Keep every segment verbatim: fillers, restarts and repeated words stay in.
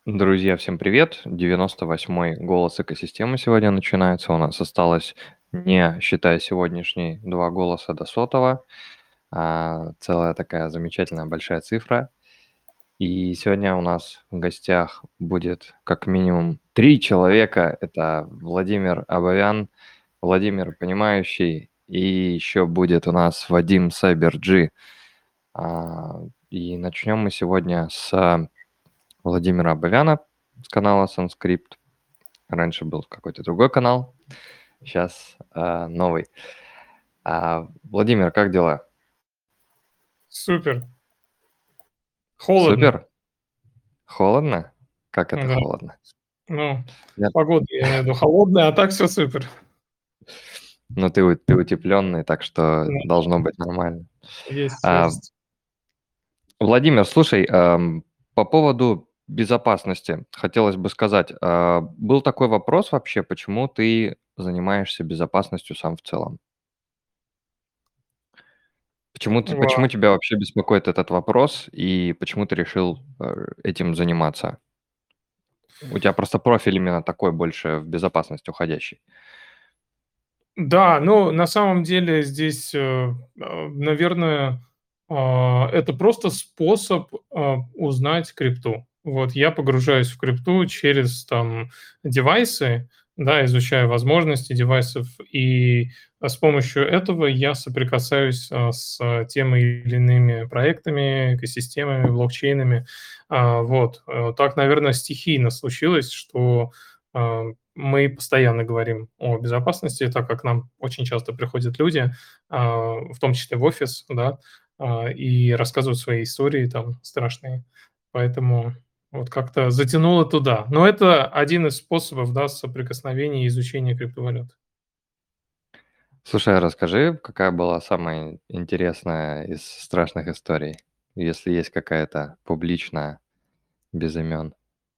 Друзья, всем привет! девяносто восьмой голос экосистемы сегодня начинается. У нас осталось, не считая сегодняшний, два голоса до сотого. А, целая такая замечательная большая цифра. И сегодня у нас в гостях будет как минимум три человека. Это Владимир Абовян, Владимир Понимающий, и еще будет у нас Вадим Сайберджи. А, И начнем мы сегодня с Владимира Абовяна с канала Санскрипт. Раньше был какой-то другой канал, сейчас а, новый. А, Владимир, как дела? Супер. Холодно. Супер? Холодно? Как это Да. холодно? Ну, Я- погода, я имею в виду, холодная, а так все супер. Ну, ты, у- ты утепленный, так что Да, должно быть нормально. есть А, свежесть. Владимир, слушай, ам, по поводу безопасности хотелось бы сказать, а, был такой вопрос вообще, почему ты занимаешься безопасностью сам в целом? Почему ты, Ва почему тебя вообще беспокоит этот вопрос и почему ты решил э, этим заниматься? У тебя просто профиль именно такой больше в безопасность уходящий. Да, ну, на самом деле здесь, э, а, наверное, а, это просто способ, а, узнать крипту. Вот я погружаюсь в крипту через там девайсы, да, изучаю возможности девайсов, и, а, с помощью этого я соприкасаюсь, а, с а, теми или иными проектами, экосистемами, блокчейнами. А, вот, э, так, наверное, стихийно случилось, что, а, мы постоянно говорим о безопасности, так как к нам очень часто приходят люди, а, в том числе в офис, да, а, и рассказывают свои истории там страшные. Поэтому вот как-то затянуло туда. Но это один из способов, да, соприкосновения и изучения криптовалют. Слушай, а расскажи, какая была самая интересная из страшных историй, если есть какая-то публичная, без имен.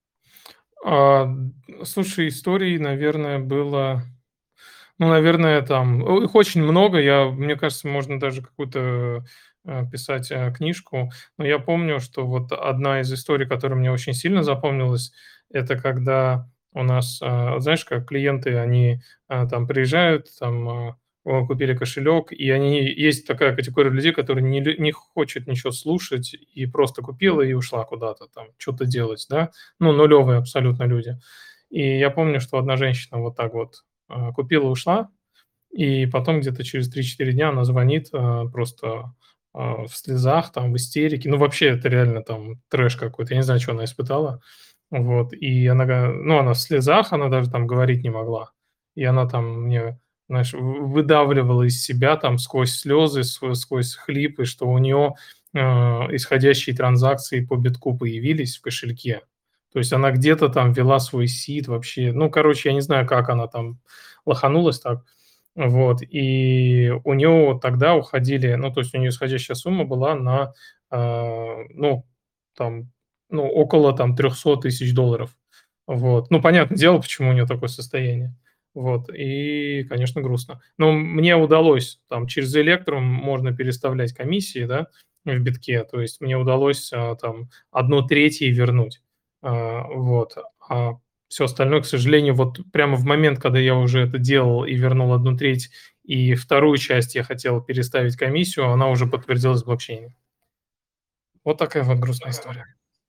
А, слушай, историй, наверное, было, ну, наверное, там, о, их очень много. Я, мне кажется, можно даже какую-то, э, писать, э, книжку. Но я помню, что вот одна из историй, которая мне очень сильно запомнилась, это когда у нас, а, знаешь, как клиенты, они, а, там приезжают, там, а, о, купили кошелек, и они есть такая категория людей, которые не лю не хочет ничего слушать и просто купила и ушла куда-то там что то делать, да. Ну, нулевые абсолютно люди. И я помню, что одна женщина вот так вот, а, купила, ушла, и потом где-то через три-четыре дня она звонит, а, просто, а, в слезах, там, в истерике. Ну, вообще, это реально там трэш какой-то. Я не знаю, чё она испытала. Вот, и она га ну, она в слезах, она даже там говорить не могла. И она там мне, знаешь, вы выдавливала из себя там сквозь слезы, св сквозь хлипы, что у неё, а, исходящие транзакции по битку появились в кошельке. То есть она где-то там ввела свой сид вообще. Ну, короче, я не знаю, как она там лоханулась так. Вот, и у него тогда уходили, ну, то есть у нее исходящая сумма была на, а, ну, там, ну, около там трехсот тысяч долларов. Вот. Ну, понятное дело, почему у нее такое состояние. Вот, и, конечно, грустно. Но мне удалось, там, через Electrum можно переставлять комиссии, да, в битке, то есть мне удалось, а, там одну треть ей вернуть. А, вот, а все остальное, к сожалению, вот прямо в момент, когда я уже это делал и вернул одну треть, и вторую часть я хотел переставить комиссию, она уже подтвердилась в блокчейне. Вот такая вот грустная история.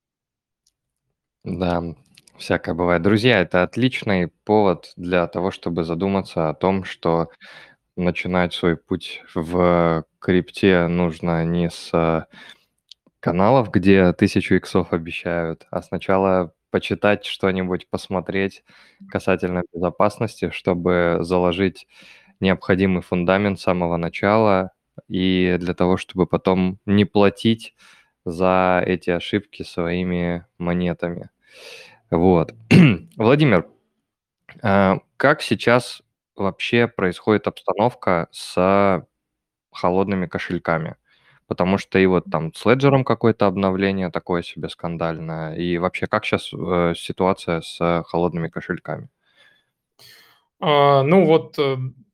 Да, всякое бывает. Друзья, это отличный повод для того, чтобы задуматься о том, что начинать свой путь в крипте нужно не с э, каналов, где тысячу иксов обещают, а сначала почитать что-нибудь, посмотреть касательно безопасности, чтобы заложить необходимый фундамент с самого начала и для того, чтобы потом не платить за эти ошибки своими монетами. Вот. Владимир, а, как сейчас вообще происходит обстановка с холодными кошельками? Потому что и вот там с Ledger какое-то обновление такое себе скандальное. И вообще, как сейчас ситуация с холодными кошельками? А, ну вот, э,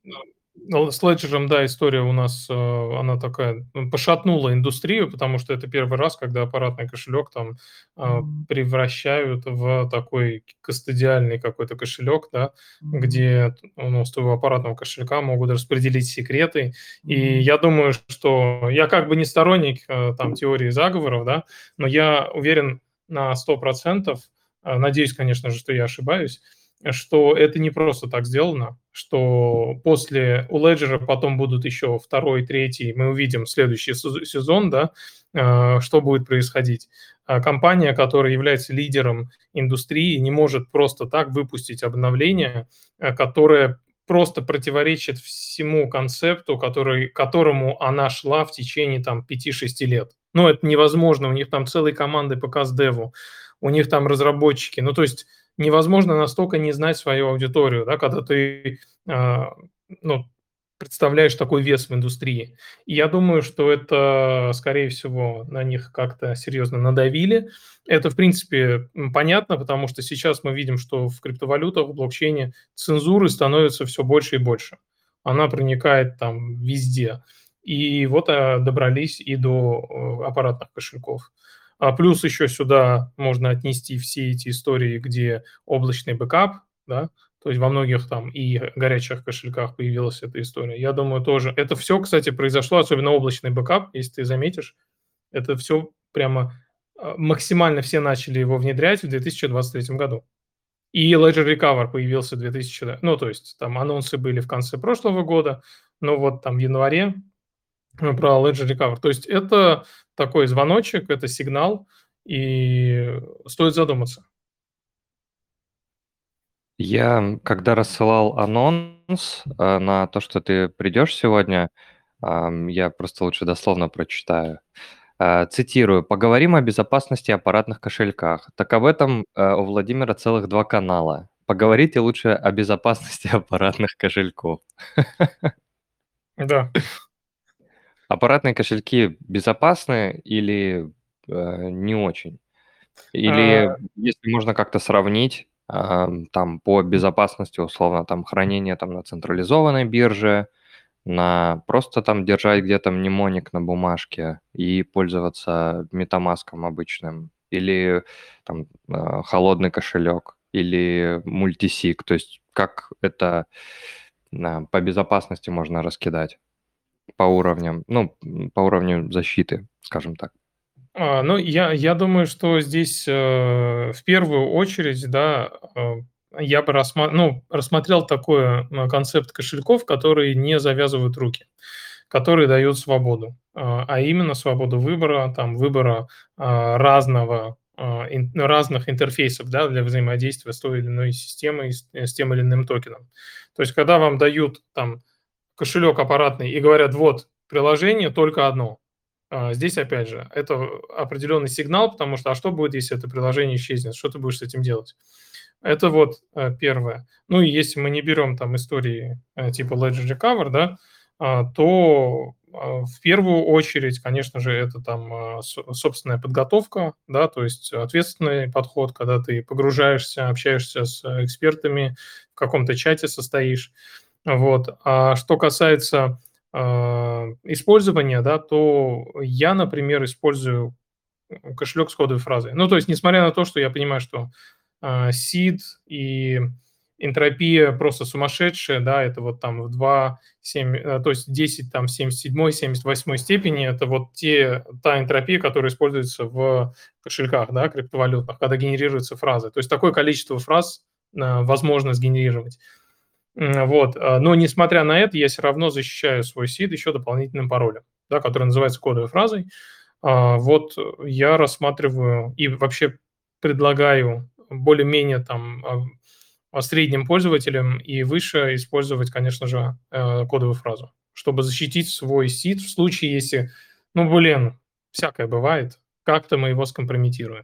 Ну, с Ledger, да, история у нас, э, она такая, м, пошатнула индустрию, потому что это первый раз, когда аппаратный кошелек там, а, превращают в такой кастодиальный какой-то кошелек, да, где т ну, с твоего аппаратного кошелька могут распределить секреты. И я думаю, что я как бы не сторонник, э, там теории заговоров, да, но я уверен на сто процентов, а, надеюсь, конечно же, что я ошибаюсь, что это не просто так сделано, что после у Ledger потом будут еще второй, третий, мы увидим следующий сезо сезон, да, а, что будет происходить. А, компания, которая является лидером индустрии, не может просто так выпустить обновление, а, которое просто противоречит всему концепту, который к которому она шла в течение там пяти-шести лет. Ну, это невозможно, у них там целые команды по каздеву, у них там разработчики. Ну, то есть невозможно настолько не знать свою аудиторию, да, когда ты, а, ну, представляешь такой вес в индустрии. И я думаю, что это, скорее всего, на них как-то серьезно надавили. Это, в принципе, м, понятно, потому что сейчас мы видим, что в криптовалютах, в блокчейне цензуры становится все больше и больше. Она проникает там везде. И вот, а, добрались и до, э, аппаратных кошельков. А плюс еще сюда можно отнести все эти истории, где облачный бэкап, да, то есть во многих там и горячих кошельках появилась эта история. Я думаю, тоже это все, кстати, произошло, особенно облачный бэкап, если ты заметишь, это все прямо, а, максимально все начали его внедрять в две тысячи двадцать третьем году. И Ledger Recover появился в две тысячи, да, ну, то есть там анонсы были в конце прошлого года, но вот там в январе э, про Ledger Recover. То есть это такой звоночек, это сигнал, и стоит задуматься. Я, когда рассылал анонс, э, на то, что ты придешь сегодня, ам, я просто лучше дословно прочитаю. Э, цитирую: "Поговорим о безопасности аппаратных кошельках. Так об этом, э, у Владимира целых два канала. Поговорите лучше о безопасности аппаратных кошельков". Да. Аппаратные кошельки безопасны или, э, не очень? А, Или если можно как-то сравнить, ам, там по безопасности, условно, там хранение там на централизованной бирже, на просто там держать где-то мнемоник на бумажке и пользоваться "Метамаском" обычным, или там, а, холодный кошелек, или мультисиг. То есть как это, на по безопасности можно раскидать по уровням, ну, м, по уровню защиты, скажем так. а, ну, я я думаю, что здесь, э, в первую очередь, да, э, я бы рассма ну, рассмотрел такой, э, концепт кошельков, которые не завязывают руки, которые дают свободу, а, а именно свободу выбора, там, выбора, а, разного, а, ин разных интерфейсов, да, для взаимодействия с той или иной системой, с с тем или иным токеном. То есть когда вам дают там кошелек аппаратный и говорят: "Вот приложение только одно". А, здесь, опять же, это определенный сигнал, потому что, а что будет, если это приложение исчезнет? Что ты будешь с этим делать? Это вот, э, первое. Ну и если мы не берем там истории, э, типа Ledger Recover, да, а, то, а, в первую очередь, конечно же, это там, а, со собственная подготовка, да, то есть ответственный подход, когда ты погружаешься, общаешься с экспертами, в каком-то чате состоишь. Вот. А что касается, а, использования, да, то я, например, использую, м, кошелек с кодовой фразой. Ну, то есть, несмотря на то, что я понимаю, что, а, сид и энтропия просто сумасшедшая, да, это вот там в два семь, э, то есть десять там в семьдесят седьмой семьдесят восьмой степени, это вот те та энтропия, которая используется в кошельках, да, криптовалютных, когда генерируются фразы. То есть такое количество фраз, а, возможно сгенерировать. М, вот, а, но несмотря на это, я все равно защищаю свой сид еще дополнительным паролем, да, который называется кодовой фразой. А, вот, э, я рассматриваю и вообще предлагаю более-менее там, ам, а, средним пользователям и выше использовать, конечно же, э, кодовую фразу, чтобы защитить свой сид в случае, если, ну, блин, всякое бывает, как-то мы его скомпрометируем.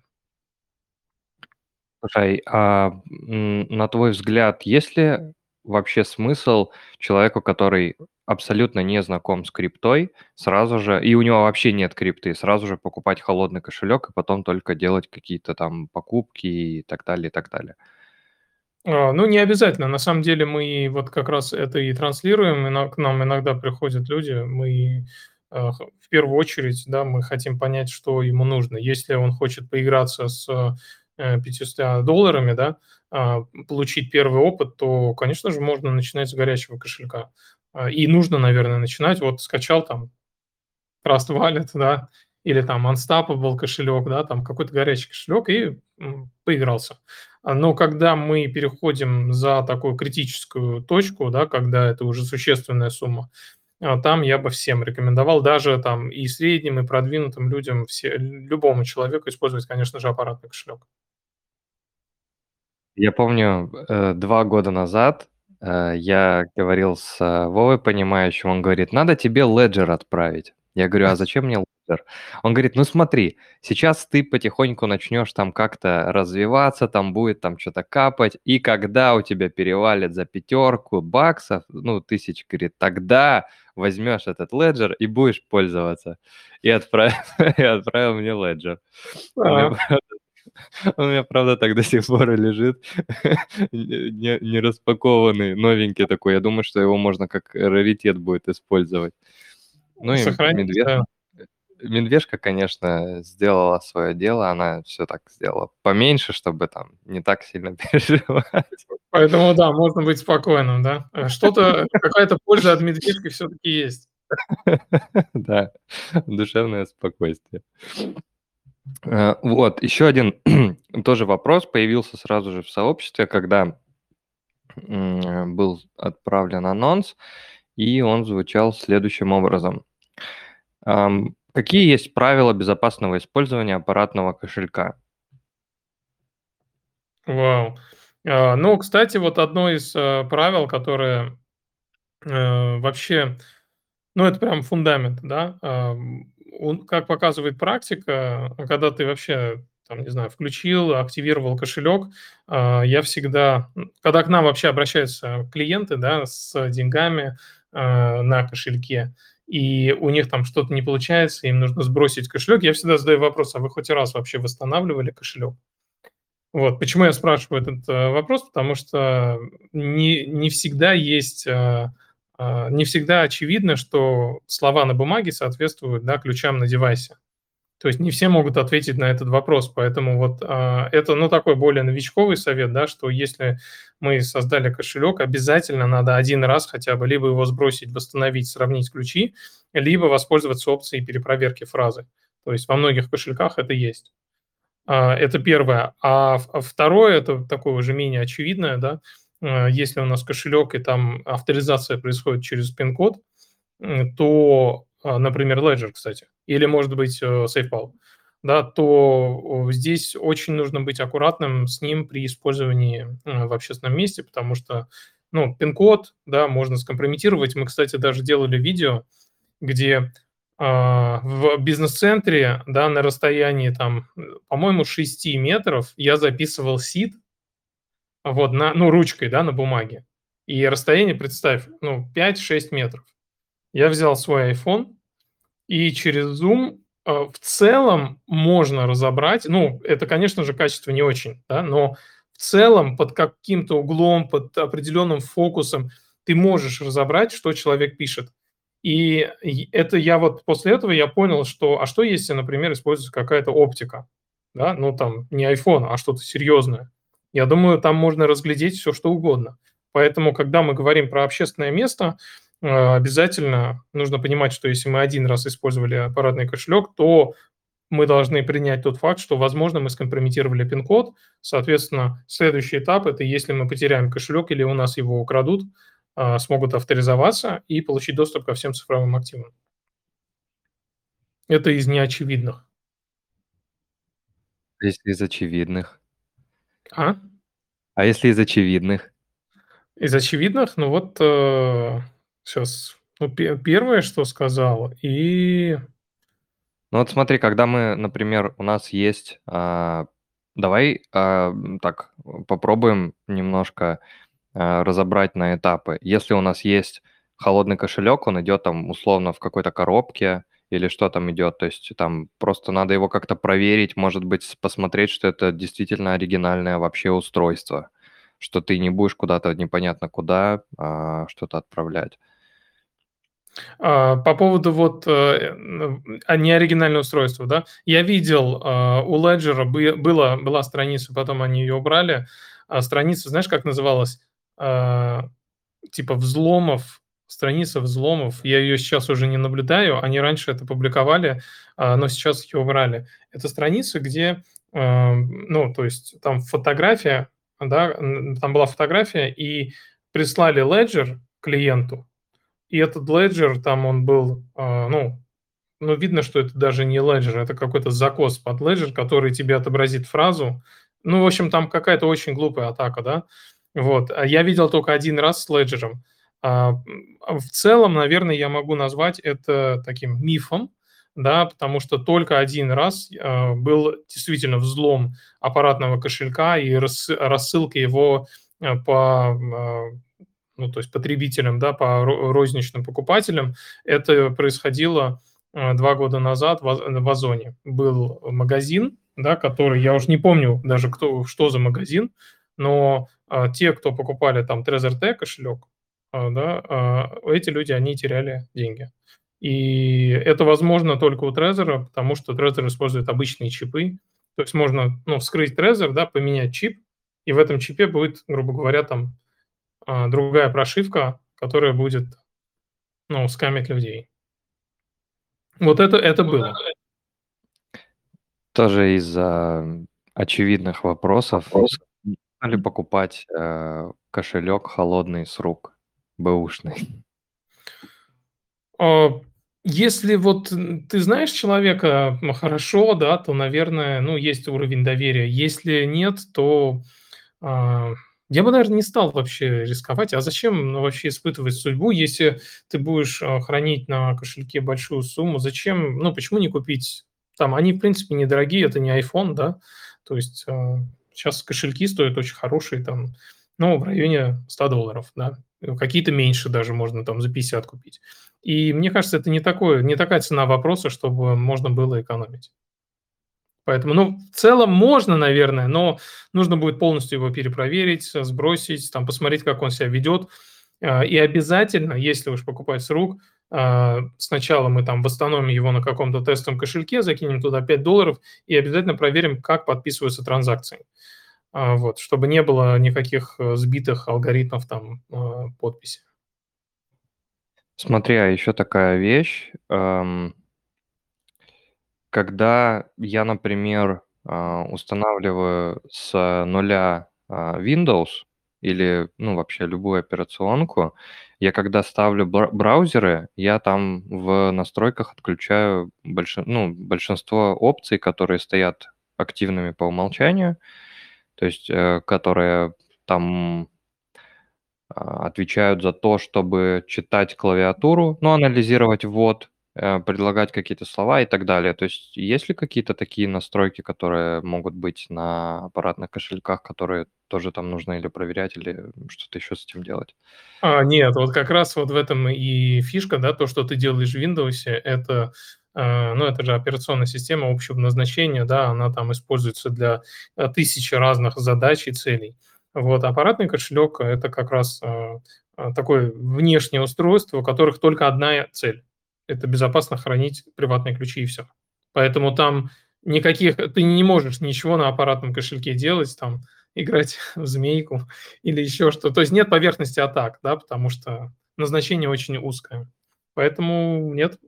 Слушай, а, м, на твой взгляд, есть ли вообще смысл человеку, который абсолютно не знаком с криптой, сразу же и у него вообще нет крипты, сразу же покупать холодный кошелек и потом только делать какие-то там покупки и так далее, и так далее? А, ну, не обязательно. На самом деле мы вот как раз это и транслируем. Ино к нам иногда приходят люди, мы, а, х в первую очередь, да, мы хотим понять, что ему нужно. Если он хочет поиграться с, э, пятьюстами долларами, да, а, получить первый опыт, то, конечно же, можно начинать с горячего кошелька. А, и нужно, наверное, начинать. Вот скачал там Trust Wallet, да, или там Unstoppable кошелек, да, там какой-то горячий кошелек и, м, поигрался. А, но когда мы переходим за такую критическую точку, да, когда это уже существенная сумма, а, там я бы всем рекомендовал, даже там и средним, и продвинутым людям, все любому человеку использовать, конечно же, аппаратный кошелек. Я помню, э, два года назад, э, я говорил с э, Вовой Понимающим, он говорит: "Надо тебе Ledger отправить". Я говорю: "А зачем мне Ledger?" Он говорит: "Ну смотри, сейчас ты потихоньку начнешь там как-то развиваться, там будет там что то капать, и когда у тебя перевалит за пятерку баксов, ну, тысяч, говорит, тогда возьмешь этот Ledger и будешь пользоваться". И отправил и отправил мне Ledger. У меня Так, Он у меня, правда, так до сих пор и лежит, не не не распакованный, новенький такой. Я думаю, что его можно как раритет будет использовать. Ну и сохранить, да. медвежонок э, медвежка, конечно, сделала свое дело. Она все так сделала поменьше, чтобы там не так сильно переживать. Поэтому да, можно быть спокойным, да. Э, что-то, какая-то польза от медвежки все-таки есть. Да, душевное спокойствие. Э, вот, еще один тоже вопрос появился сразу же в сообществе, когда, м, был отправлен анонс. И он звучал следующим образом. Ам, какие есть правила безопасного использования аппаратного кошелька? Вау. А, ну, кстати, вот одно из, э, правил, которое, э, вообще, ну, это прям фундамент, да. Ам, он, как показывает практика, когда ты вообще, там, не знаю, включил, активировал кошелек, а, я всегда, м, когда к нам вообще обращаются клиенты, да, с деньгами, а, на кошельке, и у них там что-то не получается, им нужно сбросить кошелек, я всегда задаю вопрос: "А вы хоть раз вообще восстанавливали кошелек?" Вот почему я спрашиваю этот, э, вопрос, потому что не не всегда есть, а, а, не всегда очевидно, что слова на бумаге соответствуют, да, ключам на девайсе. То есть не все могут ответить на этот вопрос, поэтому вот, а, это, ну, такой более новичковый совет, да, что если мы создали кошелек, обязательно надо один раз хотя бы либо его сбросить, восстановить, сравнить ключи, либо воспользоваться опцией перепроверки фразы. То есть во многих кошельках это есть. А, это первое. А в а второе, это такое уже менее очевидное, да. Э, если у нас кошелек и там авторизация происходит через пин-код, м, то, а, например, Ledger, кстати, или, может быть, э, SafePal, да, то о здесь очень нужно быть аккуратным с ним при использовании, м, в общественном месте, потому что, ну, пин-код, да, можно скомпрометировать. Мы, кстати, даже делали видео, где, а, в бизнес-центре, да, на расстоянии там, э, по-моему, шести метров я записывал сид, вот, на, ну, ручкой, да, на бумаге. И расстояние, представь, ну, пять-шесть метров. Я взял свой iPhone и через Zoom, э, в целом можно разобрать, ну, это, конечно же, качество не очень, да, но в целом под каким-то углом, под определенным фокусом ты можешь разобрать, что человек пишет. И й это я вот после этого я понял, что, а что если, например, используется какая-то оптика, да, ну, там не iPhone, а что-то серьезное. Я думаю, там можно разглядеть все что угодно. Поэтому, когда мы говорим про общественное место, э, обязательно нужно понимать, что если мы один раз использовали аппаратный кошелек, то мы должны принять тот факт, что, возможно, мы скомпрометировали пин-код. Соответственно, следующий этап — это если мы потеряем кошелек или у нас его украдут, а, смогут авторизоваться и получить доступ ко всем цифровым активам. Это из неочевидных. А если из очевидных? А? А если из очевидных? Из очевидных, ну вот, сейчас, ну, пе первое, что сказал, и Ну вот смотри, когда мы, например, у нас есть, а, давай, а, м, так, э, попробуем немножко, а, разобрать на этапы. Если у нас есть холодный кошелек, он идет там условно в какой-то коробке или что там идет, то есть там просто надо его как-то проверить, может быть, с посмотреть, что это действительно оригинальное вообще устройство. что ты не будешь куда-то непонятно куда, а, что-то отправлять. А, по поводу вот, э, н а, неоригинальное устройство, да. Я видел, а, у Ledger бы было была страница, потом они ее убрали. А страница, знаешь, как называлась? А, типа взломов, страница взломов. Я ее сейчас уже не наблюдаю. Они раньше это публиковали, а, но сейчас ее убрали. Это страница, где, а, ну, то есть там фотография, да, н там была фотография, и прислали Ledger клиенту, и этот Ledger, там он был, а, ну ну, видно, что это даже не Ledger, это какой-то закос под Ledger, который тебе отобразит фразу. Ну, в общем, там какая-то очень глупая атака, да. Вот. А я видел только один раз с Ledger. А, м, а в целом, наверное, я могу назвать это таким мифом, да, потому что только один раз, а, был действительно взлом аппаратного кошелька и рассы рассылка его, а, по, а, ну, то есть потребителям, да, по ро розничным покупателям. Это происходило, а, два года назад в Оз в Озоне. Был магазин, да, который, я уж не помню даже, кто что за магазин, но, а, те, кто покупали там Trezor T кошелек, а, да, а, эти люди, они теряли деньги. И это возможно только у Trezor, потому что Trezor использует обычные чипы. То есть можно, ну, вскрыть Trezor, да, поменять чип, и в этом чипе будет, грубо говоря, там, а, другая прошивка, которая будет, ну, скамить людей. Вот это это было. Тоже из-за, м, очевидных вопросов. Вопрос. Нужно ли покупать, э, кошелек холодный с рук, бэушный? А, если вот, н ты знаешь человека, м, хорошо, да, то, наверное, ну, есть уровень доверия. Если нет, то, а, я бы, наверно, не стал вообще рисковать. А зачем, ну, вообще испытывать судьбу, если ты будешь, а, хранить на кошельке большую сумму? Зачем, ну, почему не купить там? Они, в принципе, недорогие, это не iPhone, да. То есть, а, щас кошельки стоят очень хорошие, там, ну, в районе ста долларов, да. Э, какие-то меньше даже можно там за пятьдесят купить. И мне кажется, это не такое не такая цена вопроса, чтобы можно было экономить. Поэтому, ну, в целом можно, наверное, но нужно будет полностью его перепроверить, э, сбросить, там, посмотреть, как он себя ведет. А, и обязательно, если уж покупать с рук, а, сначала мы там восстановим его на каком-то тестовом кошельке, закинем туда пять долларов и обязательно проверим, как подписываются транзакции. А, вот, чтобы не было никаких, э, сбитых алгоритмов там, а, подписи. Смотри, а еще такая вещь, ам когда я, например, а, устанавливаю с нуля, а, Windows или, ну, вообще любую операционку, я когда ставлю бра браузеры, я там в настройках отключаю больш ну, большинство опций, которые стоят активными по умолчанию, то есть, э, которые там а, отвечают за то, чтобы читать клавиатуру, ну, анализировать ввод, э, предлагать какие-то слова и так далее. То есть есть ли какие-то такие настройки, которые могут быть на аппаратных кошельках, которые тоже там нужно или проверять, или что-то еще с этим делать? А, нет, вот как раз вот в этом и фишка, да, то, что ты делаешь в "Виндовсе", это, а, ну, это же операционная система общего назначения, да, она там используется для, а, тысячи разных задач и целей. Вот, аппаратный кошелек- это как раз, а, а, такое внешнее устройство, у которых только одна цель- это безопасно хранить приватные ключи, и всё. Поэтому там никаких ты не можешь ничего на аппаратном кошельке делать, там, играть в змейку или еще что-то. То есть нет поверхности атак, да, потому что назначение очень узкое. Поэтому нет.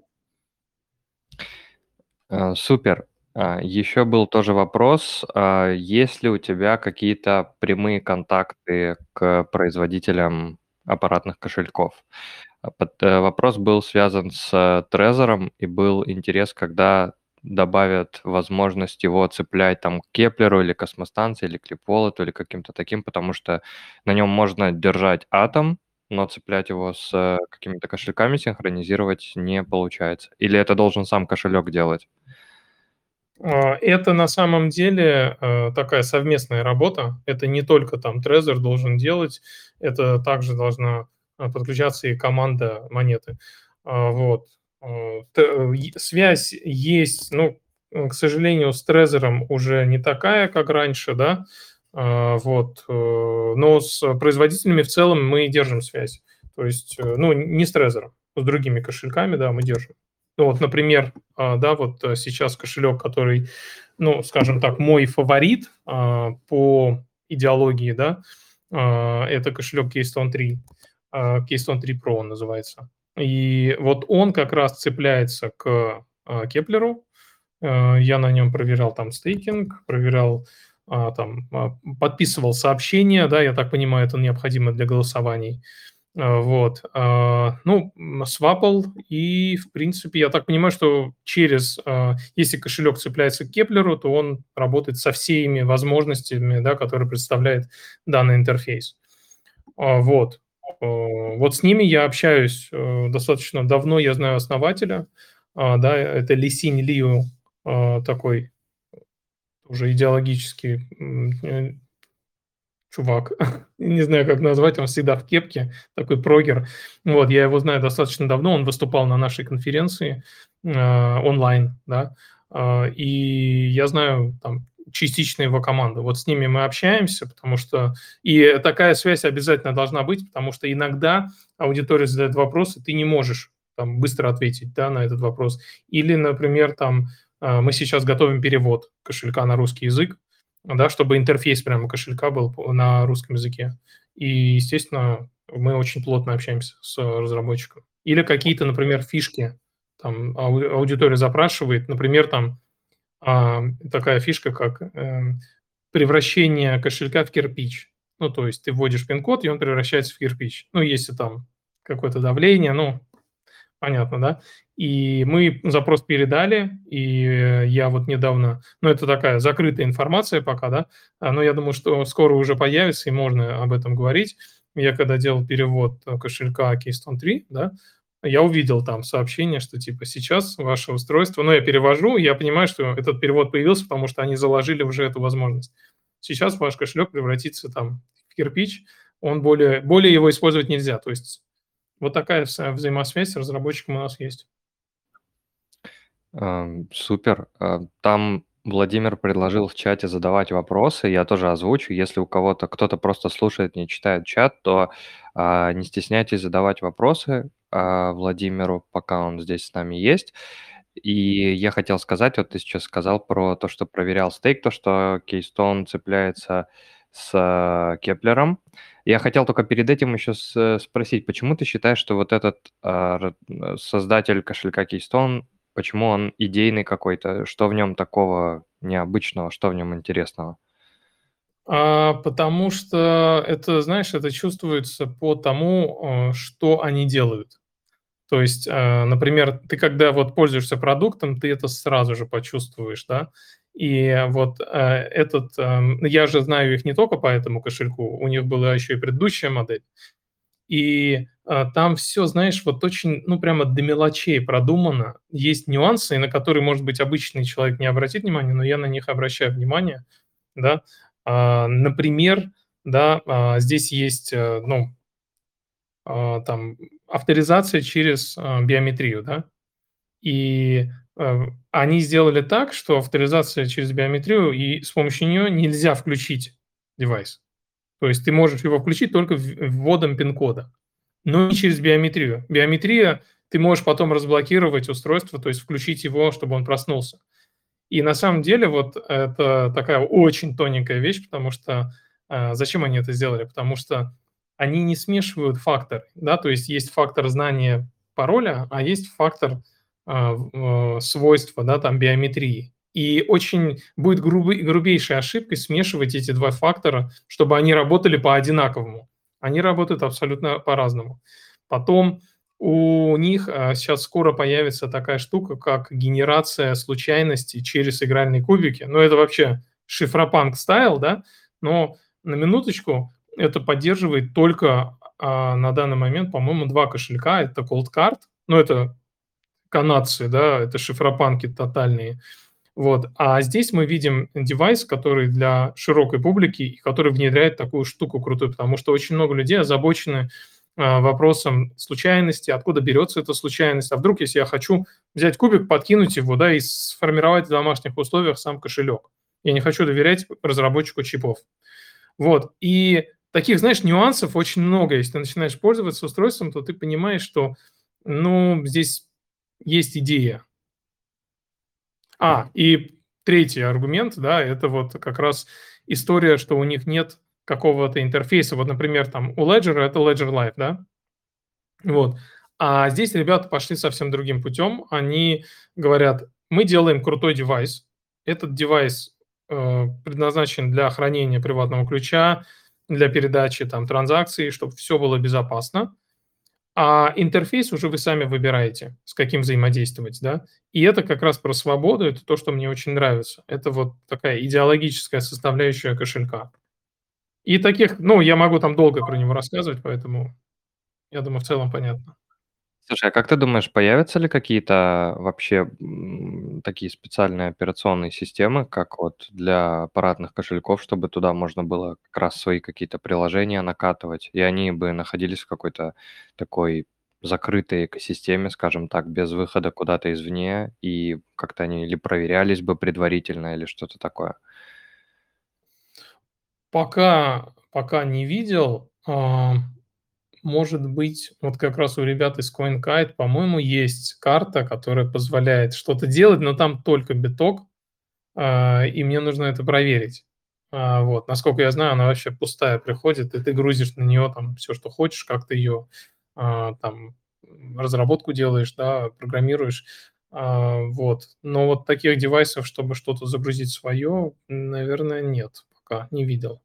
А, супер. А, еще был тоже вопрос: а, есть ли у тебя какие-то прямые контакты к производителям аппаратных кошельков? А, под э, вопрос был связан с Trezor, и был интерес, когда добавят возможность его цеплять там к Кеплеру или космостанции, или к Leap Wallet, или каким-то таким, потому что на нем можно держать атом, но цеплять его с какими-то кошельками, синхронизировать не получается. Или это должен сам кошелек делать? А, это на самом деле, э, такая совместная работа. Это не только там Trezor должен делать, это также должна, а, подключаться и команда "Монеты". А, вот. А, т е связь есть, но, м, к сожалению, с Trezor уже не такая, как раньше, да. А, вот, э, но с производителями в целом мы держим связь. То есть, э, ну, не с Trezor, с другими кошельками, да, мы держим. Ну вот, например, а, да, вот э, сейчас кошелек, который, ну, скажем так, мой фаворит а, по идеологии, да, а, это кошелек Keystone три, а, Keystone три Pro он называется. И вот он как раз цепляется к а, Кеплеру. Э, Я на нем проверял там стейкинг, проверял а, там, а, подписывал сообщения, да, я так понимаю, это необходимо для голосований. А, Вот. а, Ну, м, свапал, и, в принципе, я так понимаю, что через, а, если кошелек цепляется к Кеплеру, то он работает со всеми возможностями, да, которые представляет данный интерфейс. А, Вот. Э, Вот с ними я общаюсь э, достаточно давно, я знаю основателя, а, да, это Лисинь Лиу, а, такой уже идеологический м, э, чувак, не знаю, как назвать, он всегда в кепке, такой прогер. Вот, я его знаю достаточно давно, он выступал на нашей конференции а, онлайн, да, а, и я знаю там частично его команду. Вот с ними мы общаемся, потому что и такая связь обязательно должна быть, потому что иногда аудитория задает вопросы, ты не можешь там быстро ответить, да, на этот вопрос. Или, например, там а, мы сейчас готовим перевод кошелька на русский язык, да, чтобы интерфейс прямо кошелька был п на русском языке. И, естественно, мы очень плотно общаемся с разработчиком. Или какие-то, например, фишки, там ау аудитория запрашивает, например, там, а, такая фишка, как, эм, превращение кошелька в кирпич. Ну, то есть ты вводишь пин-код, и он превращается в кирпич. Ну, если там какое-то давление, ну, понятно, да? И мы запрос передали, и э, я вот недавно, ну, это такая закрытая информация пока, да, а, но я думаю, что скоро уже появится, и можно об этом говорить. Я когда делал перевод э, кошелька Keystone три, да, я увидел там сообщение, что типа сейчас ваше устройство, ну, я перевожу, и я понимаю, что этот перевод появился, потому что они заложили уже эту возможность. Сейчас ваш кошелек превратится там в кирпич, он более, более его использовать нельзя. То есть вот такая вся взаимосвязь с разработчиком у нас есть. Ам, супер. А, там Владимир предложил в чате задавать вопросы. Я тоже озвучу. Если у кого-то кто-то просто слушает, не читает чат, то, а, не стесняйтесь задавать вопросы, а, Владимиру, пока он здесь с нами есть. И я хотел сказать, вот ты сейчас сказал про то, что проверял стейк, то, что Keystone цепляется с, а, Кеплером. Я хотел только перед этим еще с спросить, почему ты считаешь, что вот этот, а, р э, создатель кошелька Keystone, почему он идейный какой-то? Что в нем такого необычного, что в нем интересного? А, потому что это, знаешь, это чувствуется по тому, э, что они делают. То есть, э, например, ты когда вот пользуешься продуктом, ты это сразу же почувствуешь, да. И вот, э, этот, эм, я же знаю их не только по этому кошельку, у них была еще и предыдущая модель. И, а, там все, знаешь, вот очень, ну, прямо до мелочей продумано. Есть нюансы, на которые, может быть, обычный человек не обратит внимания, но я на них обращаю внимание, да. А, например, да, а, здесь есть, э, ну, а, там авторизация через, а, биометрию, да. И, э, они сделали так, что авторизация через биометрию, и с помощью нее нельзя включить девайс. То есть ты можешь его включить только в вводом пин-кода, но не через биометрию. Биометрия, ты можешь потом разблокировать устройство, то есть включить его, чтобы он проснулся. И на самом деле вот это такая очень тоненькая вещь, потому что, а, зачем они это сделали? Потому что они не смешивают факторы, да, то есть есть фактор знания пароля, а есть фактор, а, в э, свойства, да, там биометрии. И очень будет грубы грубейшей ошибкой смешивать эти два фактора, чтобы они работали по-одинаковому. Они работают абсолютно по-разному. Потом у них, а, щас скоро появится такая штука, как генерация случайностей через игральные кубики. Ну, это вообще шифропанк стайл, да, но на минуточку это поддерживает только, а, на данный момент, по-моему, два кошелька. Это Coldcard, ну, это канадцы, да, это шифропанки тотальные. Вот. А здесь мы видим девайс, который для широкой публики и который внедряет такую штуку крутую, потому что очень много людей озабочены а, вопросом случайности, откуда берется эта случайность. А вдруг, если я хочу взять кубик, подкинуть его, да, и сформировать в домашних условиях сам кошелек. Я не хочу доверять разработчику чипов. Вот. И таких, знаешь, нюансов очень много. Если ты начинаешь пользоваться устройством, то ты понимаешь, что, ну, здесь есть идея. А, и третий аргумент, да, это вот как раз история, что у них нет какого-то интерфейса. Вот, например, там у Ledger это Ledger Live, да? Вот. А здесь ребята пошли совсем другим путем. Они говорят: мы делаем крутой девайс. Этот девайс э, предназначен для хранения приватного ключа, для передачи там транзакций, чтобы все было безопасно. А интерфейс уже вы сами выбираете, с каким взаимодействовать, да. И это как раз про свободу, это то, что мне очень нравится. Это вот такая идеологическая составляющая кошелька. И таких, ну, я могу там долго про него рассказывать, поэтому я думаю, в целом понятно. Слушай, а как ты думаешь, появятся ли какие-то вообще, м, такие специальные операционные системы, как вот для аппаратных кошельков, чтобы туда можно было как раз свои какие-то приложения накатывать, и они бы находились в какой-то такой закрытой экосистеме, скажем так, без выхода куда-то извне, и как-то они или проверялись бы предварительно, или что-то такое? Пока пока не видел. А, может быть, вот как раз у ребят из CoinKite, по-моему, есть карта, которая позволяет что-то делать, но там только биток. А, и мне нужно это проверить. А, вот, насколько я знаю, она вообще пустая приходит, и ты грузишь на нее там все, что хочешь, как ты ее, а, там, м, разработку делаешь, да, программируешь. А, вот. Но вот таких девайсов, чтобы что-то загрузить свое, наверное, нет, пока не видел.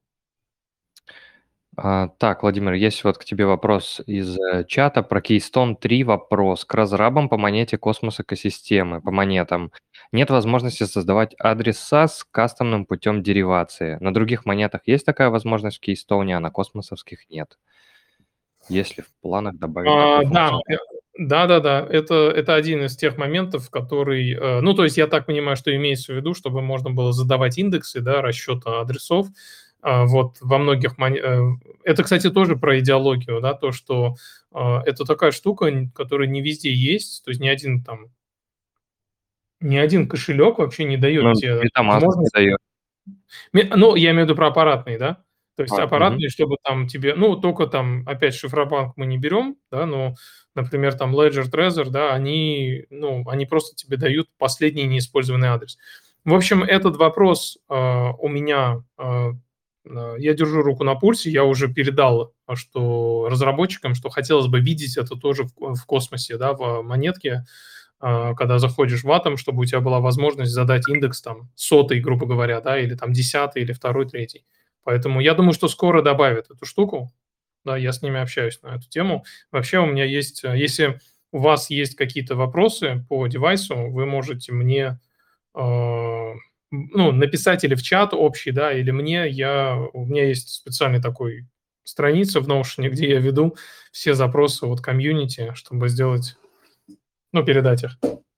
А, так, Владимир, есть вот к тебе вопрос из, э, чата про Keystone три вопрос. К разрабам по монете космос экосистемы, по монетам. Нет возможности создавать адреса с кастомным путем деривации. На других монетах есть такая возможность в Keystone, а на космосовских нет. Есть ли в планах добавить А, такую да, э, функциональность? да-да-да, это это один из тех моментов, который, э, ну, то есть я так понимаю, что имеется в виду, чтобы можно было задавать индексы, да, расчета адресов. А, вот во многих моне э, это, кстати, тоже про идеологию, да, то, что, а, это такая штука, н которая не везде есть. То есть ни один там ни один кошелек вообще не дает Ну, те MetaMask не возможность. дает. Ме ну, я имею в виду про аппаратные, да. То есть А, мгм. аппаратные, чтобы там тебе, ну, только там, опять, шифробанк мы не берем, да, но, например, там Ledger, Trezor, да, они, ну, они просто тебе дают последний неиспользованный адрес. В общем, этот вопрос, а, у меня, а, а, я держу руку на пульсе, я уже передал, а, что разработчикам, что хотелось бы видеть это тоже в ко в космосе, да, в монетке, а, когда заходишь в Atom, чтобы у тебя была возможность задать индекс там сотый, грубо говоря, да, или там десятый, или второй, третий. Поэтому я думаю, что скоро добавят эту штуку. Да, я с ними общаюсь на эту тему. Вообще у меня есть, э, если у вас есть какие-то вопросы по девайсу, вы можете мне, а, ну, написать или в чат общий, да, или мне. Я, у меня есть специальный такой страница в Notion, где я веду все запросы от комьюнити, чтобы сделать, ну, передать их.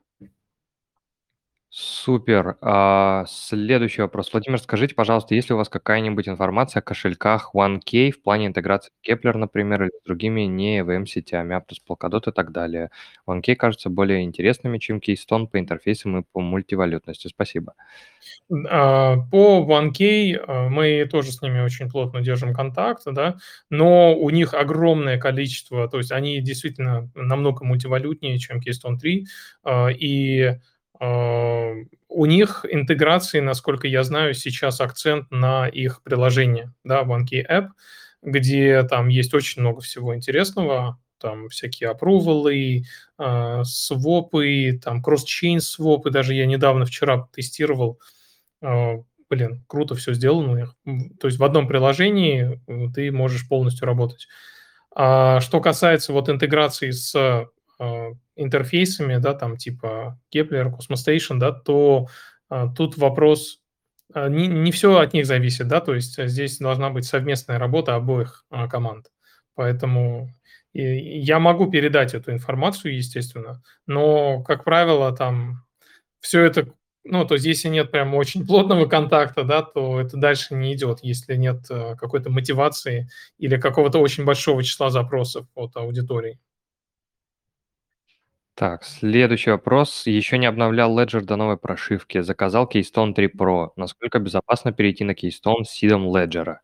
Супер. А, следующий вопрос. Владимир, скажите, пожалуйста, есть ли у вас какая-нибудь информация о кошельках один кей в плане интеграции с Kepler, например, или с другими не и ви эм-сетями, Aptos, Polkadot и так далее? один кей кажется более интересными, чем Keystone по интерфейсам и по мультивалютности. Спасибо. А, по один кей, а, мы тоже с ними очень плотно держим контакт, да, но у них огромное количество, то есть они действительно намного мультивалютнее, чем Keystone три, а, и, а, у них интеграции, насколько я знаю, сейчас акцент на их приложение, да, один кей App, где там есть очень много всего интересного, там всякие апрувалы, а, свопы, там кросс-чейн свопы, даже я недавно вчера тестировал. А, блин, круто все сделано у них. М, то есть в одном приложении, э, ты можешь полностью работать. А что касается вот интеграции с, а, интерфейсами, да, там типа Kepler, Cosmos Station, да, то, а, тут вопрос, а, не не всё от них зависит, да, то есть, а, здесь должна быть совместная работа обоих, а, команд. Поэтому и я могу передать эту информацию, естественно, но, как правило, там все это, ну, то есть если нет прям очень плотного контакта, да, то это дальше не идет, если нет, э, какой-то мотивации или какого-то очень большого числа запросов от аудитории. Так, следующий вопрос. Еще не обновлял Ledger до новой прошивки. Заказал Keystone три Pro. Насколько безопасно перейти на Keystone с сидом Ledger?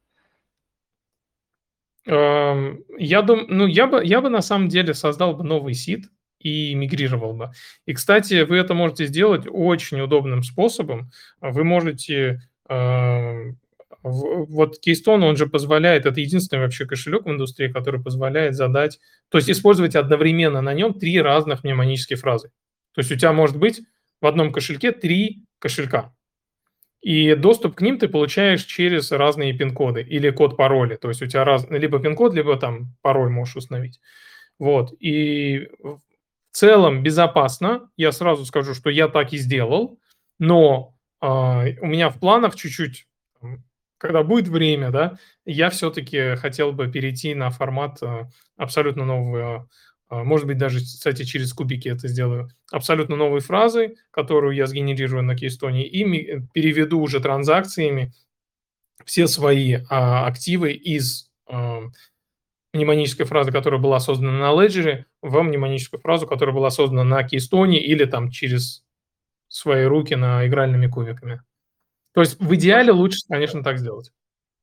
Ам, я дум ну, я бы я бы на самом деле создал бы новый сид и мигрировал бы. И, кстати, вы это можете сделать очень удобным способом. А, вы можете, ам, в вот Keystone, он же позволяет, это единственный вообще кошелек в индустрии, который позволяет задать, то есть использовать одновременно на нем три разных мнемонические фразы. То есть у тебя может быть в одном кошельке три кошелька. И доступ к ним ты получаешь через разные пин-коды или код-пароли. То есть у тебя раз либо пин-код, либо там пароль можешь установить. Вот. И в целом безопасно. Я сразу скажу, что я так и сделал, но, а, у меня в планах чуть-чуть, м, когда будет время, да, я все-таки хотел бы перейти на формат, а, абсолютно нового, а, может быть, даже, кстати, через кубики это сделаю, абсолютно новой фразы, которую я сгенерирую на Keystone, и ми э, переведу уже транзакциями все свои, а, активы из, а, мнемонической фразы, которая была создана на Ledger, в мнемоническую фразу, которая была создана на Keystone или там через свои руки на игральными кубиками. То есть в идеале лучше, конечно, так сделать.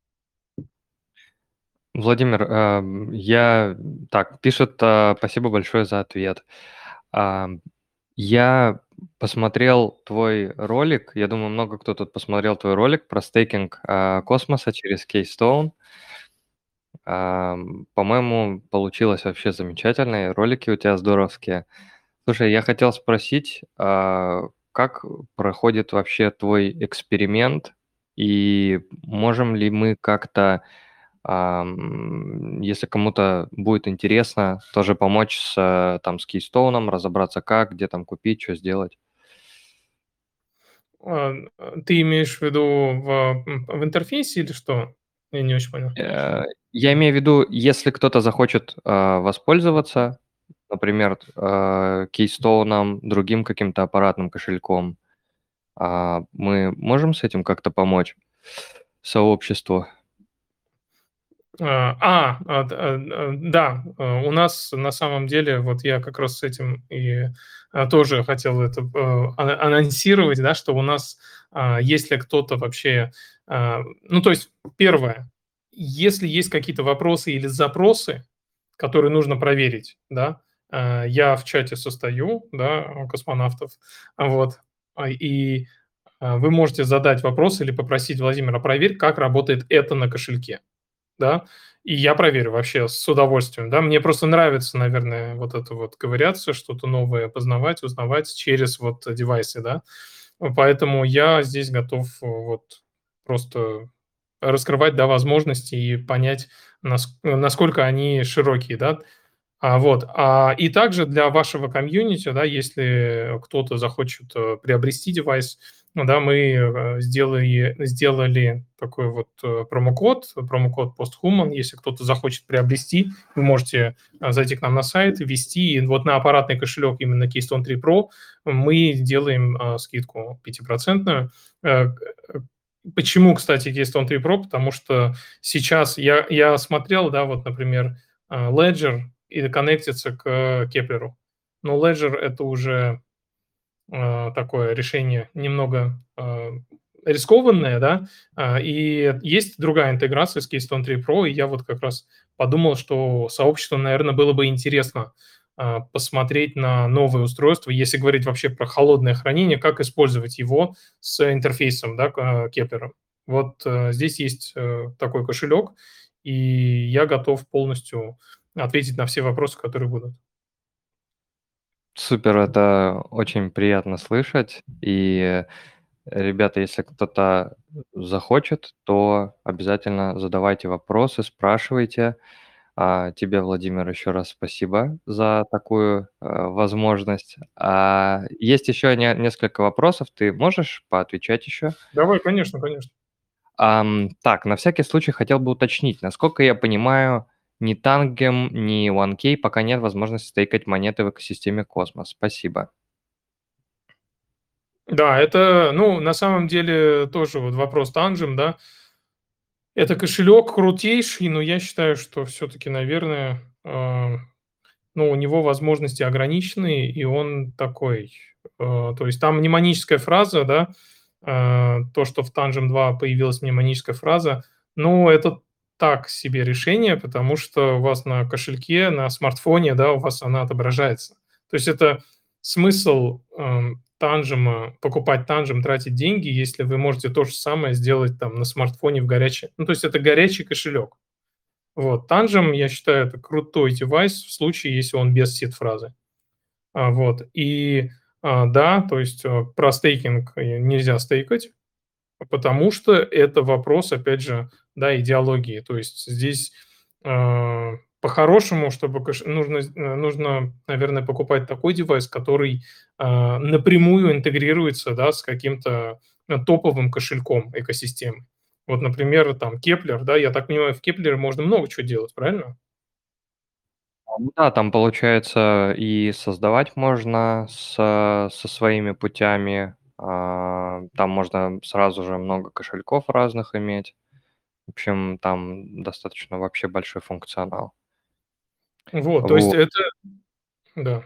Владимир, ам, я так, пишет, а, спасибо большое за ответ. Ам, я посмотрел твой ролик. Я думаю, много кто тут посмотрел твой ролик про стейкинг, а, космоса через Keystone. Ам, по-моему, получилось вообще замечательно, и ролики у тебя здоровские. Слушай, я хотел спросить, а, как проходит вообще твой эксперимент, и можем ли мы как-то, ам, если кому-то будет интересно, тоже помочь с, э, там, с Keystone, разобраться как, где там купить, что сделать? А, а, ты имеешь в виду в, м, в интерфейсе или что? Я не очень понял. Э, я имею в виду, если кто-то захочет, а, воспользоваться, например, т а, Keystone, другим каким-то аппаратным кошельком, а, мы можем с этим как-то помочь сообществу? А, а, а, д а, а, да, э, у нас на самом деле, вот я как раз с этим и, а, тоже хотел это, э, ана анонсировать, да, что у нас, а, если кто-то вообще, а, ну, то есть, первое, если есть какие-то вопросы или запросы, которые нужно проверить, да, а, я в чате состою, да, у космонавтов, а, вот, а, и, а, вы можете задать вопрос или попросить: "Владимир, а проверь, как работает это на кошельке". Да, и я проверю вообще с удовольствием, да. Мне просто нравится, наверное, вот эта вот ковыряться, что-то новое познавать, узнавать через вот девайсы, да. Поэтому я здесь готов э, вот просто раскрывать, да, возможности и понять, нас насколько они широкие, да. А, вот, а, и также для вашего комьюнити, да, если кто-то захочет, э, приобрести девайс, ну да, мы, э, сделали сделали такой вот, э, промокод, промокод PostHuman. Если кто-то захочет приобрести, вы можете, а, зайти к нам на сайт, ввести, и вот на аппаратный кошелек именно Keystone три Pro мы делаем, а, скидку пятипроцентную. Э, к э, почему, кстати, Keystone три Pro? Потому что сейчас я я смотрел, да, вот, например, а, Ledger и коннектиться к Кеплеру. Но Ledger- это уже, а, такое решение немного, а, рискованное, да. А, и есть другая интеграция с Keystone три Pro, и я вот как раз подумал, что сообществу, наверно, было бы интересно, а, посмотреть на новые устройства, если говорить вообще про холодное хранение, как использовать его с интерфейсом, да, к а, Кеплера. Вот, э, здесь есть, э, такой кошелек, и я готов полностью ответить на все вопросы, которые будут. Супер, это очень приятно слышать. И, ребята, если кто-то захочет, то обязательно задавайте вопросы, спрашивайте. А, тебе, Владимир, еще раз спасибо за такую, э, возможность. А, есть еще не несколько вопросов, ты можешь поотвечать еще? Давай, конечно, конечно. Ам, так, на всякий случай хотел бы уточнить. Насколько я понимаю, ни Tangem, ни OneKey пока нет возможности стейкать монеты в экосистеме Космос. Спасибо. Да, это, ну, на самом деле тоже вот вопрос Tangem, да. Это кошелек крутейший, но я считаю, что все-таки, наверное, а, ну, у него возможности ограниченные, и он такой, э, то есть там мнемоническая фраза, да, э, то, что в Tangem два появилась мнемоническая фраза, ну, это так себе решение, потому что у вас на кошельке, на смартфоне, да, у вас она отображается. То есть это смысл, эм, Tangem, покупать Tangem, тратить деньги, если вы можете то же самое сделать там на смартфоне в горячей, ну, то есть это горячий кошелек. Вот. Tangem, я считаю, это крутой девайс в случае, если он без сид-фразы. А, вот. И, а, да, то есть, э, про стейкинг, э, нельзя стейкать, потому что это вопрос, опять же, да, идеологии. То есть здесь, а, по-хорошему, чтобы кош нужно з э, нужно, наверное, покупать такой девайс, который, а, напрямую интегрируется, да, с каким-то, э, топовым кошельком экосистемы. Вот, например, там Keplr, да, я так понимаю, в Keplr можно много чего делать, правильно? А, ну да, там, получается, и создавать можно со со своими путями. А, там можно сразу же много кошельков разных иметь. В общем, там достаточно вообще большой функционал. Вот, то есть Во это да.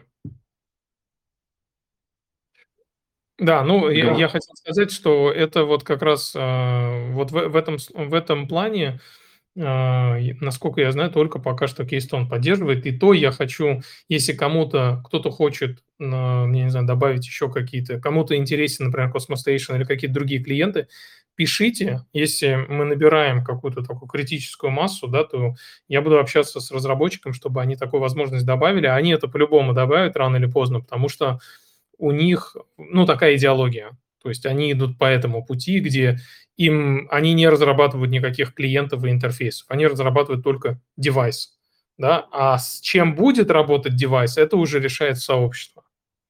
Да, ну, я Га я хотел сказать, что это вот как раз, а, вот в в этом с в этом плане, а, и насколько я знаю, только пока что Keystone поддерживает. И то я хочу, если кому-то, кто-то хочет, на, я не знаю, добавить еще какие-то, кому-то интересен, например, Cosmos Station или какие-то другие клиенты, пишите. Если мы набираем какую-то такую критическую массу, да, то я буду общаться с разработчиком, чтобы они такую возможность добавили. Они это по-любому добавят рано или поздно, потому что у них, ну, такая идеология. То есть они идут по этому пути, где им они не разрабатывают никаких клиентов и интерфейсов, они разрабатывают только девайс, да. А с чем будет работать девайс, это уже решает сообщество.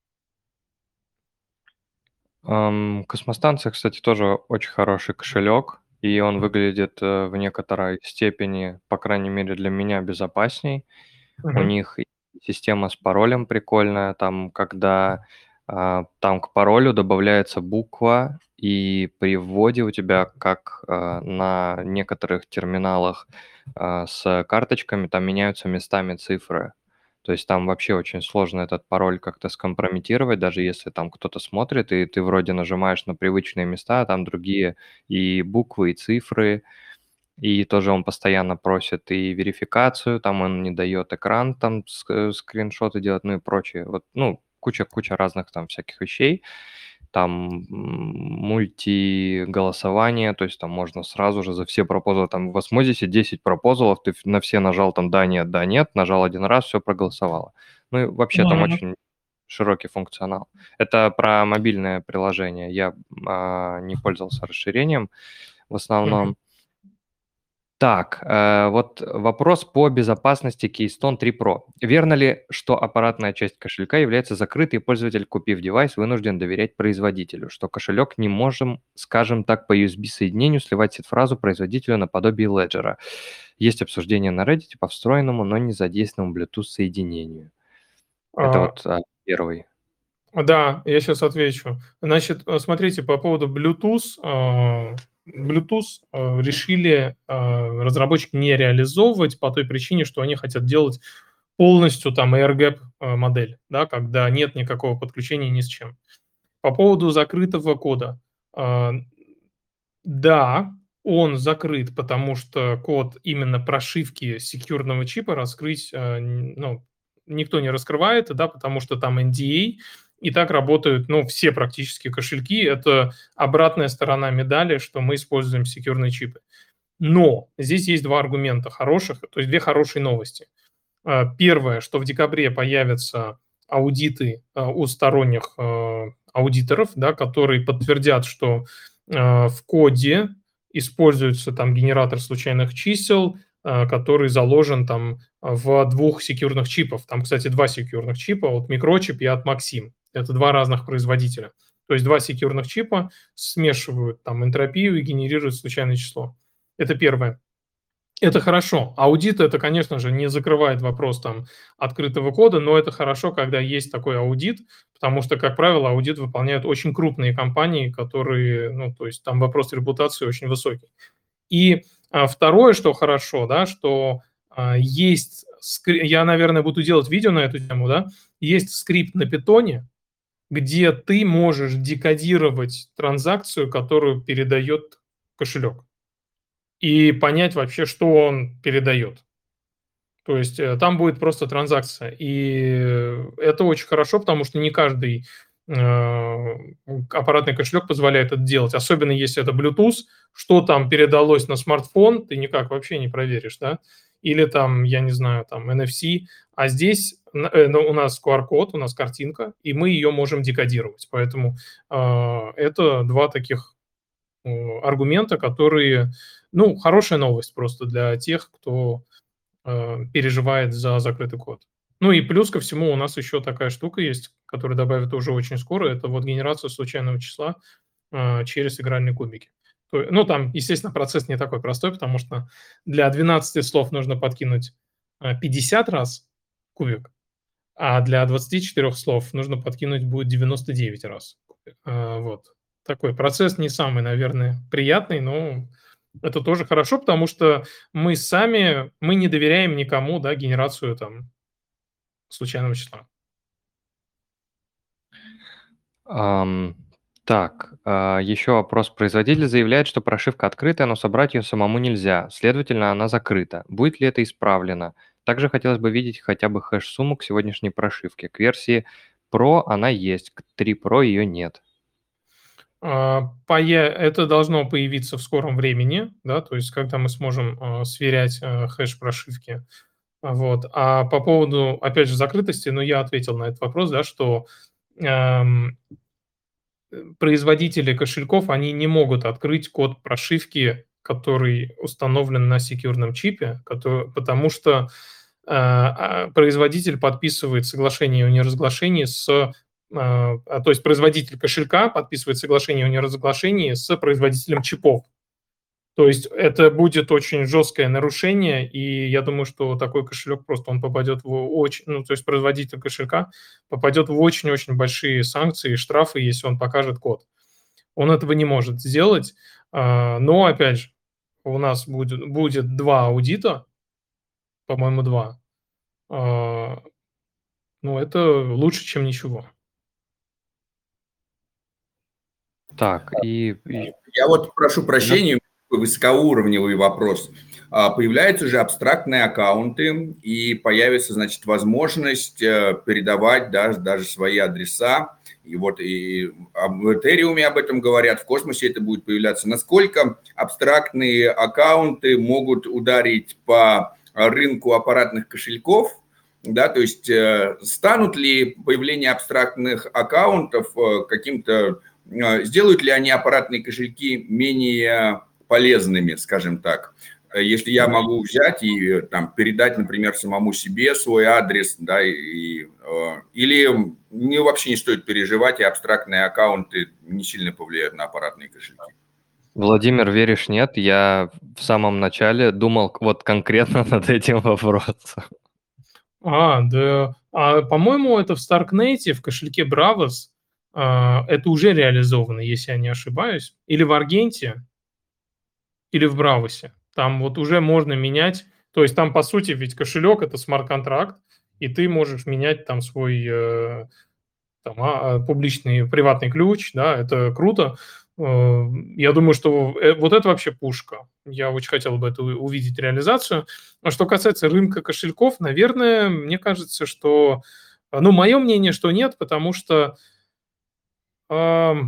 Ам, Космостанция, кстати, тоже очень хороший кошелек, и он выглядит, э, в некоторой степени, по крайней мере для меня, безопасней. У Мгм. них и система с паролем прикольная. Там, когда, а, там к паролю добавляется буква, и при вводе у тебя, как, а, на некоторых терминалах, а, с карточками, там меняются местами цифры. То есть там вообще очень сложно этот пароль как-то скомпрометировать, даже если там кто-то смотрит, и ты вроде нажимаешь на привычные места, а там другие и буквы, и цифры. И тоже он постоянно просит и верификацию, там он не дает экран там ск скриншоты делать, ну и прочее. Вот, ну, куча куча разных там всяких вещей. Там, м, мультиголосование, то есть там можно сразу же за все пропозалы, там в осмозисе десять пропозалов, ты ф на все нажал там "да", "нет", "да", "нет", нажал один раз, все проголосовало. Ну и вообще там Мгм. очень широкий функционал. Это про мобильное приложение. Я, а, не пользовался расширением в Мгм. основном. Так, э, вот вопрос по безопасности Keystone три Pro. Верно ли, что аппаратная часть кошелька является закрытой, и пользователь, купив девайс, вынужден доверять производителю, что кошелек не можем, скажем так, по ю эс би-соединению сливать сид-фразу производителю наподобие Ledger? Есть обсуждение на Reddit по встроенному, но не задействованному Bluetooth-соединению. Это А, вот а, первый. да, я сейчас отвечу. Значит, э, смотрите, по поводу Bluetooth, а, Bluetooth, а, решили, а, разработчики не реализовывать по той причине, что они хотят делать полностью там air-gap, а, модель, да, когда нет никакого подключения ни с чем. По поводу закрытого кода. А, да, он закрыт, потому что код именно прошивки секьюрного чипа раскрыть, а, н ну, никто не раскрывает, да, потому что там эн ди эй, и так работают, ну, все практически кошельки. Это обратная сторона медали, что мы используем секьюрные чипы. Но здесь есть два аргумента хороших, то есть две хорошие новости. А, первое, что в декабре появятся аудиты, а, у сторонних, а, аудиторов, да, которые подтвердят, что, а, в коде используется там генератор случайных чисел, а, который заложен там в двух секьюрных чипов. Там, кстати, два секьюрных чипа, вот Microchip и от Maxim. Это два разных производителя. То есть два секьюрных чипа смешивают там энтропию и генерируют случайное число. Это первое. Это хорошо. Аудит- это, конечно же, не закрывает вопрос там открытого кода, но это хорошо, когда есть такой аудит, потому что, как правило, аудит выполняют очень крупные компании, которые, ну, то есть там вопрос репутации очень высокий. И, а, второе, что хорошо, да, что, а, есть скри я, наверное, буду делать видео на эту тему, да. Есть скрипт на питоне, где ты можешь декодировать транзакцию, которую передает кошелек, и понять вообще, что он передает. То есть, э, там будет просто транзакция. И это очень хорошо, потому что не каждый, а, аппаратный кошелек позволяет это делать. Особенно если это Bluetooth, что там передалось на смартфон, ты никак вообще не проверишь, да. Или там, я не знаю, там эн эф си. А здесь н э, ну, у нас ку ар-код, у нас картинка, и мы ее можем декодировать. Поэтому, а, это два таких, м, аргумента, которые, ну, хорошая новость просто для тех, кто, а, переживает за закрытый код. Ну и плюс ко всему у нас еще такая штука есть, которую добавят уже очень скоро. Это вот генерация случайного числа, а, через игральные кубики. То ну, там, естественно, процесс не такой простой, потому что для двенадцати слов нужно подкинуть, а, пятьдесят раз кубик, а для двадцати четырёх слов нужно подкинуть будет девяносто девять раз кубик. А, вот. Такой процесс не самый, наверное, приятный, но это тоже хорошо, потому что мы сами, мы не доверяем никому, да, генерацию там случайного числа. Ам, так, а, еще вопрос. Производитель заявляет, что прошивка открытая, но собрать ее самому нельзя, следовательно, она закрыта. Будет ли это исправлено? Также хотелось бы видеть хотя бы хэш-сумму к сегодняшней прошивке. К версии Pro она есть, к три Pro ее нет. А, поя это должно появиться в скором времени, да, то есть когда мы сможем, а, сверять, а, хэш прошивки. Вот. А по поводу, опять же, закрытости, ну, я ответил на этот вопрос, да, что, ам, э, производители кошельков, они не могут открыть код прошивки, который установлен на секьюрном чипе, кото потому что, а, а, производитель подписывает соглашение о неразглашении с, а, а, то есть производитель кошелька подписывает соглашение о неразглашении с производителем чипов. То есть это будет очень жесткое нарушение, и я думаю, что такой кошелек просто он попадет в очень, ну, то есть производитель кошелька попадет в очень-очень большие санкции и штрафы, если он покажет код. Он этого не может сделать, а, но опять же, у нас будет будет два аудита, по-моему, два. А, ну, это лучше, чем ничего. Так, и и Я вот прошу да. прощения, такой высокоуровневый вопрос. А, появляются же абстрактные аккаунты, и появится, значит, возможность э, передавать даже, даже свои адреса. И вот и об Этериуме об этом говорят, в космосе это будет появляться. Насколько абстрактные аккаунты могут ударить по рынку аппаратных кошельков? Да, то есть э, станут ли появление абстрактных аккаунтов э, каким-то, э, сделают ли они аппаратные кошельки менее полезными, скажем так? Если я могу взять и там передать, например, самому себе свой адрес, да, и, э, или мне вообще не стоит переживать, и абстрактные аккаунты не сильно повлияют на аппаратные кошельки. Владимир, веришь, нет? Я в самом начале думал к вот конкретно над этим вопросом. А, да. А, по-моему, это в Starknet, в кошельке Bravos, а, это уже реализовано, если я не ошибаюсь. Или в Аргенте, или в Бравосе. Там вот уже можно менять. То есть там, по сути, ведь кошелек- это смарт-контракт, и ты можешь менять там свой, э, там, а, а, публичный приватный ключ, да, это круто. Э, я думаю, что, э, вот это вообще пушка. Я очень хотел бы это у увидеть реализацию. А что касается рынка кошельков, наверное, мне кажется, что, а, ну, мое мнение, что нет, потому что ам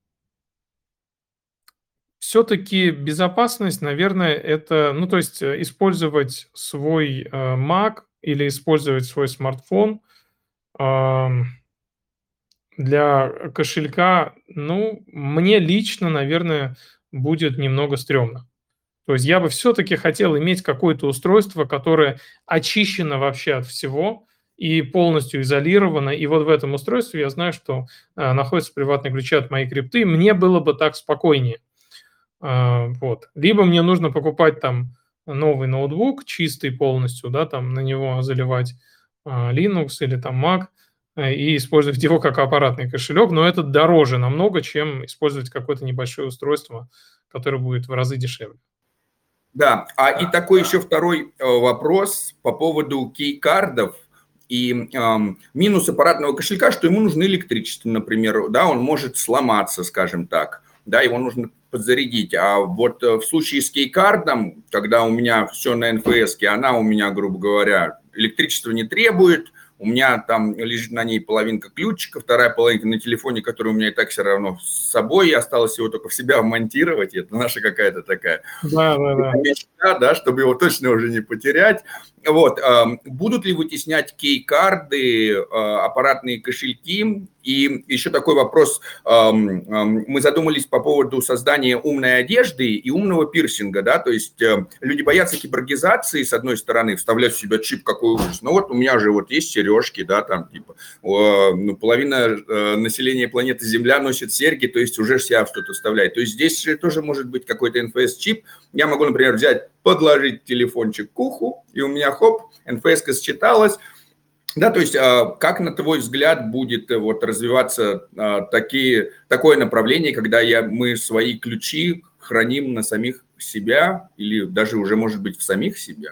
всё-таки безопасность, наверное, это, ну, то есть, э, использовать свой, э, Mac или использовать свой смартфон, ам для кошелька, ну, мне лично, наверное, будет немного стрёмно. То есть я бы всё-таки хотел иметь какое-то устройство, которое очищено вообще от всего и полностью изолировано. И вот в этом устройстве я знаю, что, а, находятся приватные ключи от моей крипты. Мне было бы так спокойнее. А, вот. Либо мне нужно покупать там новый ноутбук, чистый полностью, да, там на него заливать, а, Linux или там Mac, э, и использовать его как аппаратный кошелек, но это дороже намного, чем использовать какое-то небольшое устройство, которое будет в разы дешевле. Да, а и такой еще второй э, вопрос по поводу кейкардов и эм, минус аппаратного кошелька, что ему нужно электричество, например, да, он может сломаться, скажем так, да, его нужно подзарядить. А вот э, в случае с кейкардом, когда у меня все на эн эф эс-ке, она у меня, грубо говоря, электричество не требует, у меня там лежит на ней половинка ключика, вторая половинка на телефоне, который у меня и так все равно с собой, и осталось его только в себя вмонтировать, это наша какая-то такая Да, да, да. мечта, да, чтобы его точно уже не потерять. Вот, эм, будут ли вытеснять кей-карды, э, аппаратные кошельки? И еще такой вопрос. Эм, эм, мы задумались по поводу создания умной одежды и умного пирсинга, да, то есть э, люди боятся киборгизации, с одной стороны, вставлять в себя чип, какой ужас. Ну вот у меня же вот есть сережки, да, там типа, э, ну, половина э, населения планеты Земля носит серьги, то есть уже себя что-то вставляет. То есть здесь же тоже может быть какой-то эн эф эс-чип. Я могу, например, взять, подложить телефончик к уху, и у меня, хоп, эн эф эс-ка считалась. Да, то есть как, на твой взгляд, будет вот развиваться такие, такое направление, когда я, мы свои ключи храним на самих себя или даже уже, может быть, в самих себя?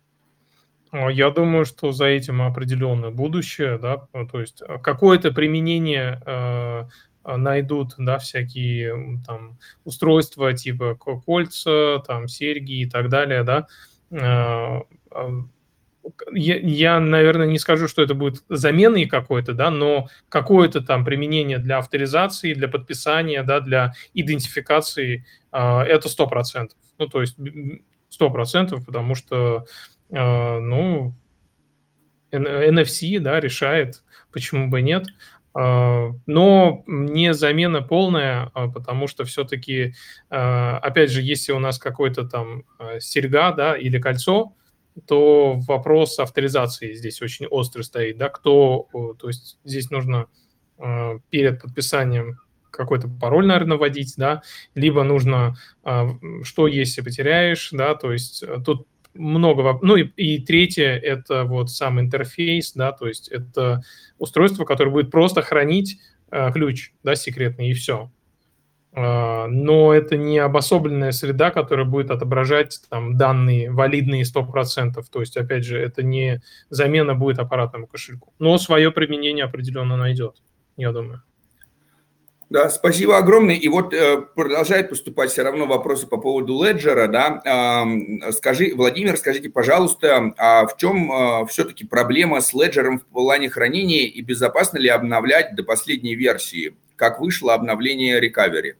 Я думаю, что за этим определенное будущее, да, ну, то есть а, какое-то применение э, а, найдут, да, всякие м, там устройства типа ко- кольца, там серьги и так далее, да. А, а, к- Я, я, наверное, не скажу, что это будет заменой какой-то, да, но какое-то там применение для авторизации, для подписания, да, для идентификации, а, это сто процентов. Ну, то есть м, сто процентов, потому что а, ну, эн эф си, да, решает, почему бы нет. А, но не замена полная, а, потому что все-таки, а, опять же, если у нас какой-то там а, серьга, да, или кольцо, то вопрос авторизации здесь очень острый стоит, да, кто, о, то есть здесь нужно а, перед подписанием какой-то пароль, наверное, вводить, да, либо нужно, а, м, что если потеряешь, да, то есть э, тут много воп ну и и третье- это вот сам интерфейс, да, то есть это устройство, которое будет просто хранить, э, ключ, да, секретный, и все. Но это не обособленная среда, которая будет отображать там данные валидные сто процентов. То есть, опять же, это не замена будет аппаратному кошельку, но свое применение определенно найдет, я думаю. Да, спасибо огромное. И вот э, продолжают поступать все равно вопросы по поводу Леджера, да. Ам, скажи, Владимир, скажите, пожалуйста, а в чем э, все-таки проблема с Леджером в плане хранения и безопасно ли обновлять до последней версии? Как вышло обновление Recovery?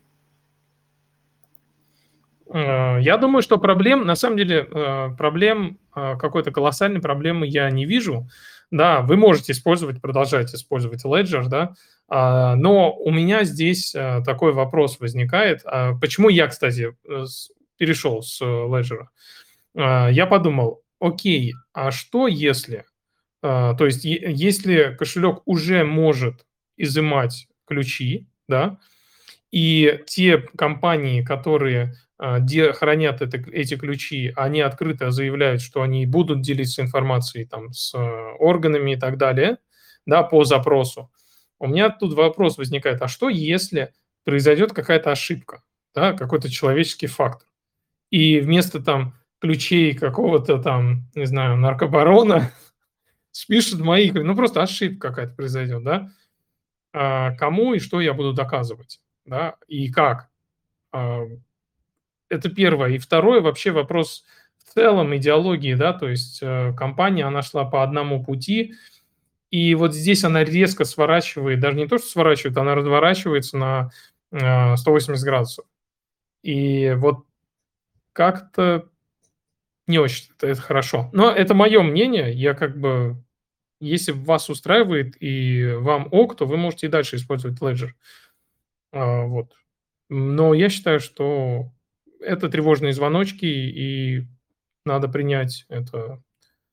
Э, Я думаю, что проблем, на самом деле, э, проблем, э, какой-то колоссальной проблемы я не вижу. Да, вы можете использовать, продолжать использовать Ledger, да, а, но у меня здесь э, такой вопрос возникает. А Почему я, кстати, э, с- перешел с э, Ledger? А, Я подумал, окей, а что если, а, то есть е- если кошелек уже может изымать ключи, да, и те компании, которые, а, де хранят это эти ключи, они открыто заявляют, что они будут делиться информацией там с, э, органами и так далее, да, по запросу. У меня тут вопрос возникает: а что, если произойдет какая-то ошибка, да, какой-то человеческий фактор, и вместо там ключей какого-то там, не знаю, наркобарона спишут мои, ну, просто ошибка какая-то произойдет, да? А, кому и что я буду доказывать, да, и как? А, это первое. И второе, вообще вопрос в целом идеологии, да, то есть, э, компания, она шла по одному пути, и вот здесь она резко сворачивает, даже не то, что сворачивает, она разворачивается на, а, сто восемьдесят градусов. И вот как-то не очень это это хорошо. Но это мое мнение. Я как бы если вас устраивает и вам ок, то вы можете и дальше использовать Ledger. А, вот. Но я считаю, что это тревожные звоночки, и надо принять это,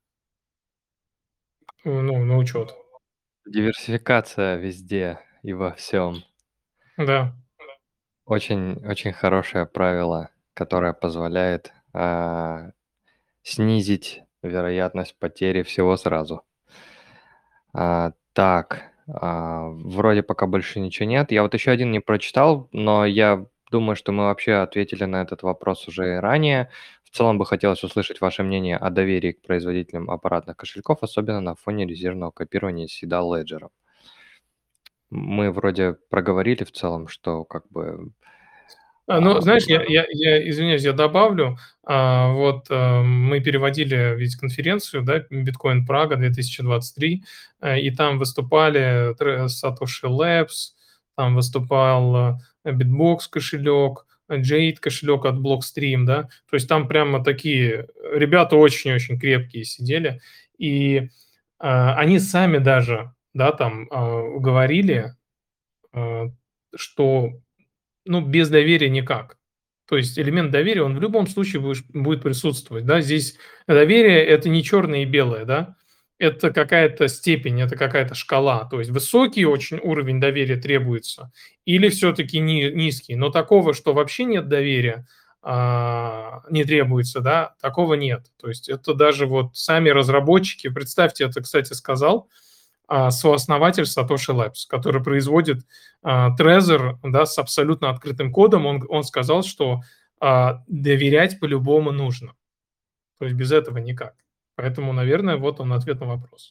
э, ну, на учет. Диверсификация везде и во всем. Да. Очень очень хорошее правило, которое позволяет, а, снизить вероятность потери всего сразу. А, так, а, вроде пока больше ничего нет. Я вот еще один не прочитал, но я думаю, что мы вообще ответили на этот вопрос уже и ранее. В целом бы хотелось услышать ваше мнение о доверии к производителям аппаратных кошельков, особенно на фоне резервного копирования седа Ledger. Мы вроде проговорили в целом, что как бы... А, ну, знаешь, ам, я я я извиняюсь, я добавлю. А, вот, э, мы переводили ведь конференцию, да, Bitcoin Praga две тысячи двадцать три, э, и там выступали тре Satoshi Labs, там выступал, э, Bitbox кошелек, Jade кошелек от Blockstream, да. То есть там прямо такие ребята очень-очень крепкие сидели. И, а, они сами даже, да, там, а, говорили, а, что, ну, без доверия никак. То есть элемент доверия, он в любом случае будешь будет присутствовать, да. Здесь доверие- это не черное и белое, да. Это какая-то степень, это какая-то шкала. То есть высокий очень уровень доверия требуется или все-таки ни низкий. Но такого, что вообще нет доверия, а, не требуется, да, такого нет. То есть это даже вот сами разработчики, представьте, это, кстати, сказал, а, сооснователь Satoshi Labs, который производит а, Trezor, да, с абсолютно открытым кодом. Он, он сказал, что а, доверять по-любому нужно. То есть без этого никак. Поэтому, наверное, вот он ответ на вопрос.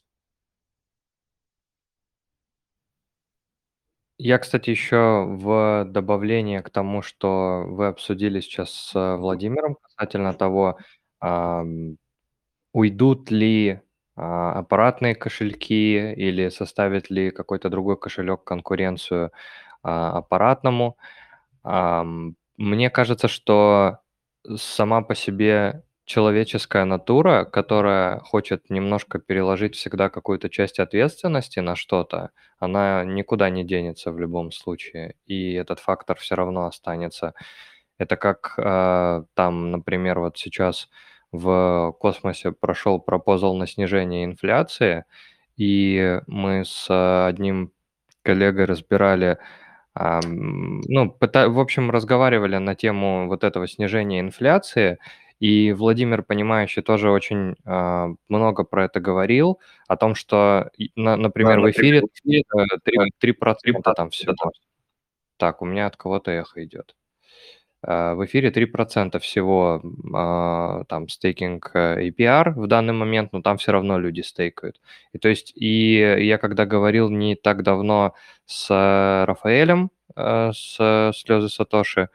Я, кстати, еще в добавление к тому, что вы обсудили сейчас с э, Владимиром касательно того, ам, уйдут ли а, аппаратные кошельки или составит ли какой-то другой кошелек конкуренцию а, аппаратному. Ам, мне кажется, что сама по себе человеческая натура, которая хочет немножко переложить всегда какую-то часть ответственности на что-то, она никуда не денется в любом случае, и этот фактор все равно останется. Это как, а, там, например, вот сейчас в космосе прошел пропозал на снижение инфляции, и мы с а, одним коллегой разбирали, ам, ну, пыта в общем, разговаривали на тему вот этого снижения инфляции, и Владимир, понимающий, тоже очень, а, много про это говорил, о том, что, и на Да, например, в например, эфире, в Киеве, э, три э, три три процента там процента. всего. Так, у меня от кого-то эхо идет. А, в эфире три процента всего, м, а, там стейкинг, э, эй пи ар в данный момент, но там все равно люди стейкают. И то есть, и я когда говорил не так давно с э, Рафаэлем, э, с "Слезы Сатоши",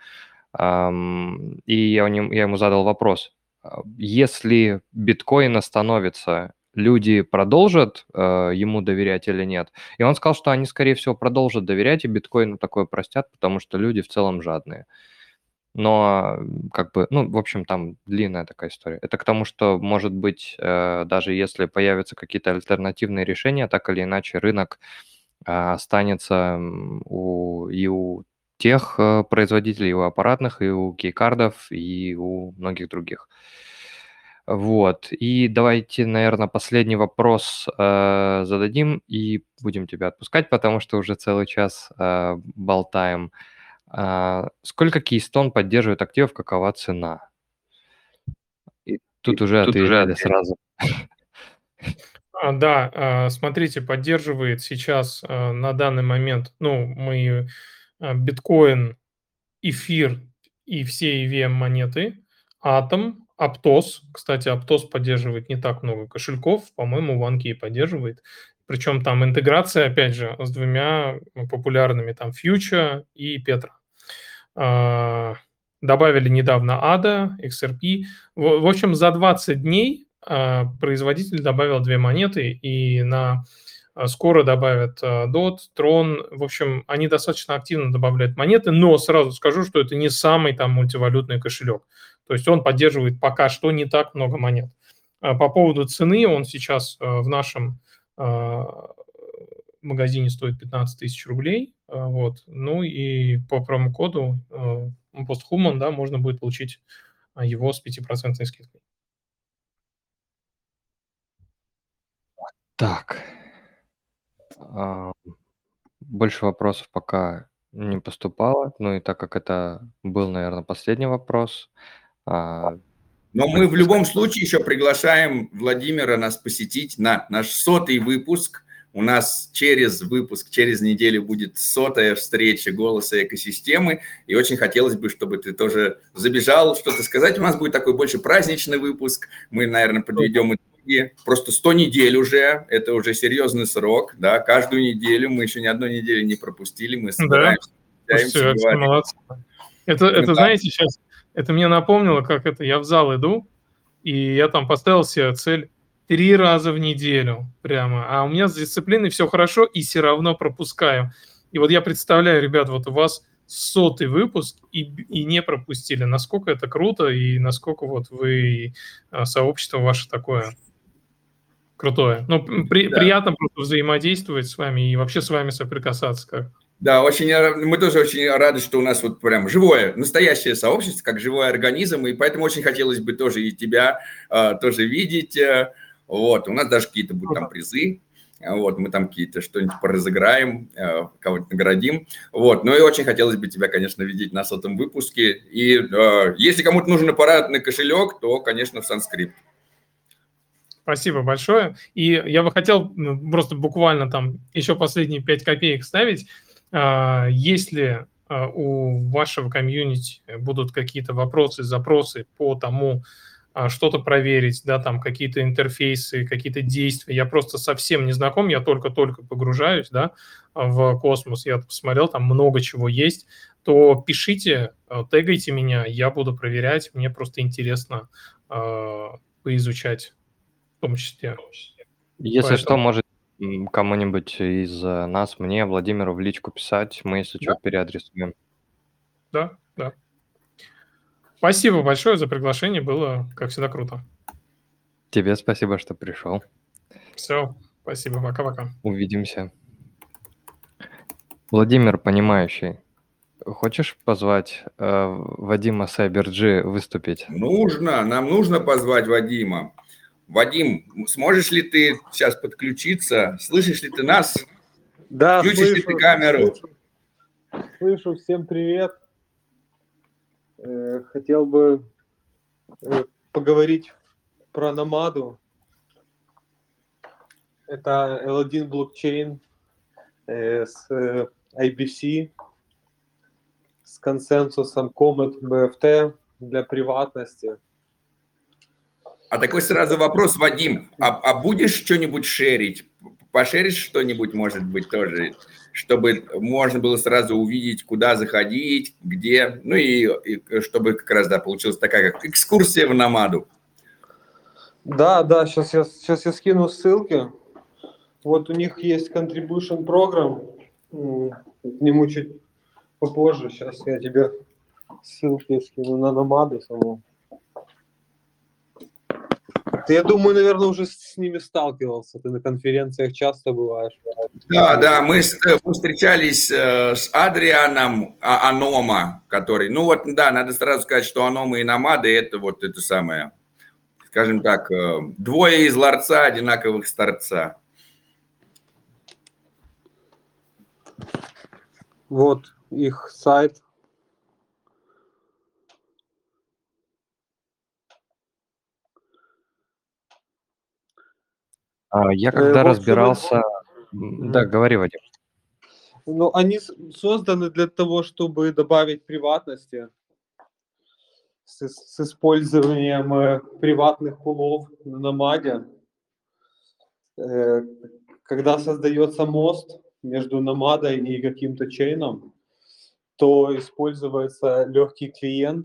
ам, и я у нем я ему задал вопрос: а, если биткоин остановится, люди продолжат, э, ему доверять или нет? И он сказал, что они, скорее всего, продолжат доверять и биткоину такое простят, потому что люди в целом жадные. Но, м, как бы, ну, в общем, там длинная такая история. Это к тому, что, может быть, э, даже если появятся какие-то альтернативные решения, так или иначе рынок, а, останется, м, у и у тех, э, производителей, и у аппаратных, и у кейкардов, и у многих других. Вот. И давайте, наверное, последний вопрос, э, зададим и будем тебя отпускать, потому что уже целый час, э, болтаем. А, сколько Keystone поддерживает активов, какова цена? И И тут уже тут уже ответили ответ. сразу. А, да, а, смотрите, поддерживает сейчас, а, на данный момент, ну, мы, а, биткоин, эфир и все и ви эм-монеты, Атом, Aptos. Кстати, Aptos поддерживает не так много кошельков, по-моему, OneKey поддерживает. Причем там интеграция, опять же, с двумя популярными, там, Future и Petra. А, добавили недавно эй ди эй, икс ар пи. В в общем, за двадцать дней, а, производитель добавил две монеты, и на а, скоро добавят, а, дот, Tron. В общем, они достаточно активно добавляют монеты, но сразу скажу, что это не самый там мультивалютный кошелек. То есть он поддерживает пока что не так много монет. А по поводу цены, он сейчас, а, в нашем, а, магазине стоит пятнадцать тысяч рублей. А, вот. Ну и по промокоду, а, постхуман, да, можно будет получить, а, его с пятипроцентной скидкой. Так, а, больше вопросов пока не поступало. Ну и так как это был, наверное, последний вопрос, а, Но мы в хотите сказать? любом случае еще приглашаем Владимира нас посетить на наш сотый выпуск У нас через выпуск, через неделю будет сотая встреча «Голоса экосистемы», и очень хотелось бы, чтобы ты тоже забежал что-то сказать. У нас будет такой больше праздничный выпуск, мы, наверное, подведем итоги. Просто сто недель уже, это уже серьезный срок, да, каждую неделю, мы еще ни одной недели не пропустили, мы собираемся, да? Слушайте, говорим. молодцы. Это, это да. Знаете, сейчас, это мне напомнило, как это, я в зал иду, и я там поставил себе цель три раза в неделю прямо, а у меня с дисциплиной все хорошо, и все равно пропускаю. И вот я представляю, ребят, вот у вас сотый выпуск, и, и не пропустили. Насколько это круто, и насколько вот вы, сообщество ваше такое крутое. Ну, при, да. Приятно просто взаимодействовать с вами и вообще с вами соприкасаться как. Да, очень, мы тоже очень рады, что у нас вот прям живое, настоящее сообщество, как живой организм, и поэтому очень хотелось бы тоже и тебя а, тоже видеть. Вот, у нас даже какие-то будут там призы, вот, мы там какие-то что-нибудь поразыграем, кого-то наградим, вот, ну и очень хотелось бы тебя, конечно, видеть на сотом выпуске, и э, если кому-то нужен аппаратный кошелек, то, конечно, в Санскрипт. Спасибо большое, и я бы хотел просто буквально там еще последние пять копеек ставить. Если у вашего комьюнити будут какие-то вопросы, запросы по тому, что-то проверить, да, там какие-то интерфейсы, какие-то действия, я просто совсем не знаком, я только-только погружаюсь, да, в космос, я посмотрел, там много чего есть, то пишите, тегайте меня, я буду проверять, мне просто интересно э, поизучать в том числе. Если Поэтому... что, может кому-нибудь из нас, мне, Владимиру, в личку писать, мы, если да. что, переадресуем. Да, да. Спасибо большое за приглашение, было, как всегда, круто. Тебе спасибо, что пришел. Все, спасибо, пока-пока. Увидимся. Владимир, понимающий, хочешь позвать э, Вадима Сайберджи выступить? Нужно, нам нужно позвать Вадима. Вадим, сможешь ли ты сейчас подключиться? Слышишь ли ты нас? Да, Включишь слышу, ли ты камеру? Слышу, слышу. Всем привет. Хотел бы поговорить про Nomad. Это эл один блокчейн с ай би си, с консенсусом Comet би эф ти для приватности. А такой сразу вопрос, Вадим, а, а будешь что-нибудь шерить? Пошеришь что-нибудь, может быть, тоже, чтобы можно было сразу увидеть, куда заходить, где, ну и, и чтобы как раз, да, получилась такая как экскурсия в Nomad. Да, да, сейчас я, сейчас я скину ссылки. Вот у них есть contribution program, к нему чуть попозже. Сейчас я тебе ссылки скину на Nomad саму. Ты, я думаю, наверное, уже с ними сталкивался. Ты на конференциях часто бываешь. Да, да, мы, мы встречались с Адрианом Анома, который, ну вот, да, надо сразу сказать, что Анома и Nomad, это вот это самое, скажем так, двое из ларца, одинаковых старца. Вот их сайт. Я когда э, разбирался... Общем... Да, говори, Вадим. Ну, они созданы для того, чтобы добавить приватности с, с использованием э, приватных пулов на Nomad. Э, когда создается мост между Nomad и каким-то чейном, то используется легкий клиент.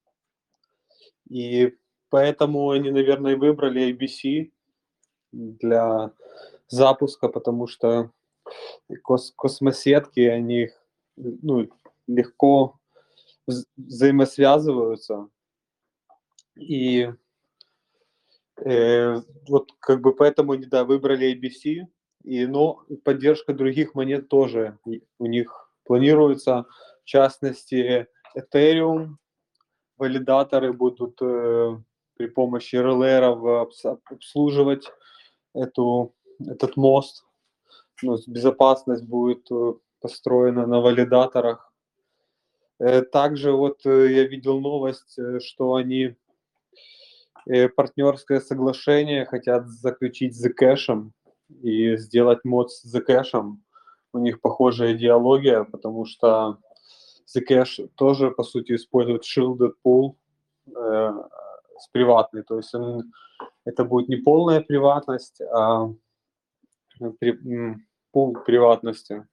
И поэтому они, наверное, выбрали ай би си для запуска, потому что кос- космосетки, они ну, легко вза- взаимосвязываются. И э, вот как бы поэтому они, да, выбрали ай би си, и, но поддержка других монет тоже у них планируется. В частности, Ethereum, валидаторы будут э, при помощи эр эл эр обслуживать эту, этот мост. Ну, безопасность будет построена на валидаторах. Также вот я видел новость, что они партнерское соглашение хотят заключить с Zcash. и сделать мод с Zcash. У них похожая идеология, потому что Zcash тоже, по сути, использует shielded pool э, с приватной. То есть он, это будет не полная приватность, а при, м, пул приватности.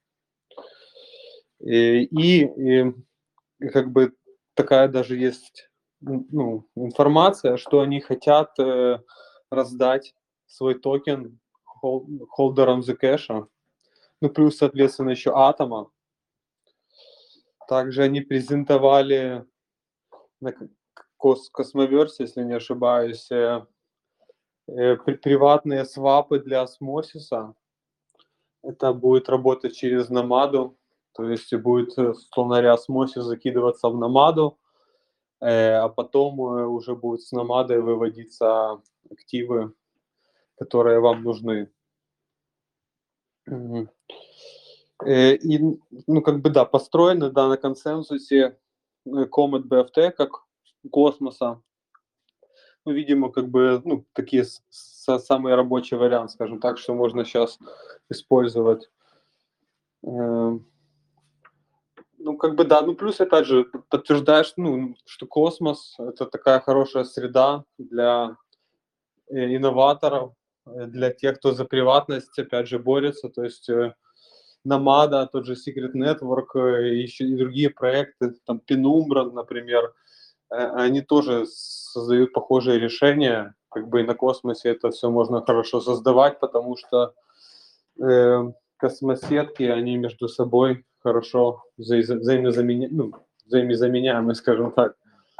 И, и, и как бы такая даже есть ну, информация, что они хотят э, раздать свой токен хол- холдерам Zcash, ну плюс, соответственно, еще Атома. Также они презентовали на к- кос- Космоверсе, если не ошибаюсь, э, э, при- приватные свапы для осмосиса. Это будет работать через Намаду, то есть будет, э, условно говоря, осмосис закидываться в Намаду, э, а потом э, уже будет с Намадой выводиться активы, которые вам нужны. Мгм. Э, и, ну, как бы, да, построено, да, на консенсусе э, Comet би эф ти как космоса. Ну, видимо, как бы, ну, такие с- с- самый рабочий вариант, скажем так, что можно сейчас использовать. Эм, Ну, как бы, да, ну, плюс, опять же, п- подтверждаешь, ну, что космос — это такая хорошая среда для э, инноваторов, э, для тех, кто за приватность, опять же, борется. То есть э, Намада, тот же Secret Network, э, еще и другие проекты, там Penumbra, например, э, они тоже создают похожие решения. Как бы и на космосе это все можно хорошо создавать, потому что э, космосетки, они между собой хорошо вза- взаимозаменя... ну, взаимозаменяемы, скажем так.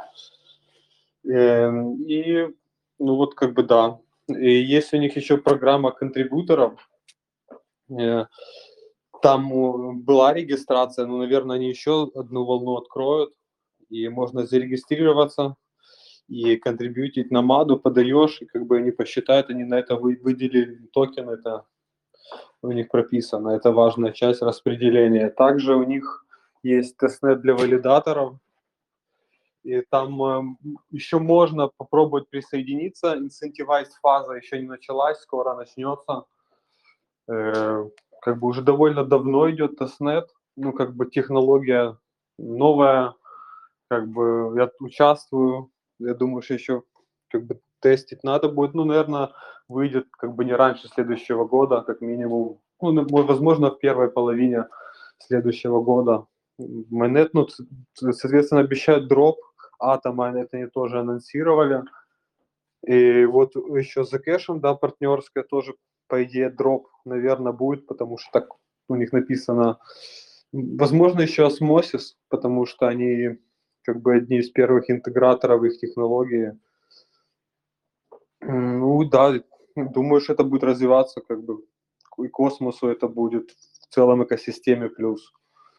Эм, И, ну вот как бы да. И есть у них еще программа контрибьюторов. Э, Там э, была регистрация, но, наверное, они еще одну волну откроют, и можно зарегистрироваться и контрибьютить на маду, подаешь, и как бы они посчитают, они на это вы- выделили токен, это у них прописано, это важная часть распределения. Также у них есть тестнет для валидаторов, и там э, еще можно попробовать присоединиться. Incentivized фаза еще не началась, скоро начнется. Э, как бы уже довольно давно идет тестнет, ну как бы технология новая, как бы я участвую, я думаю, что еще как бы тестить надо будет, ну, наверное, выйдет как бы не раньше следующего года, как минимум, ну, на- мо- возможно, в первой половине следующего года. Майнет, ну, ц- ц- соответственно, обещают дроп атома, это они тоже анонсировали. И вот еще за кэшем, да, партнерская тоже, по идее, дроп, наверное, будет, потому что так у них написано. Возможно, еще осмосис, потому что они как бы одни из первых интеграторов их технологии. М, Ну да, думаю, что это будет развиваться, как бы и космосу это будет в целом экосистеме плюс.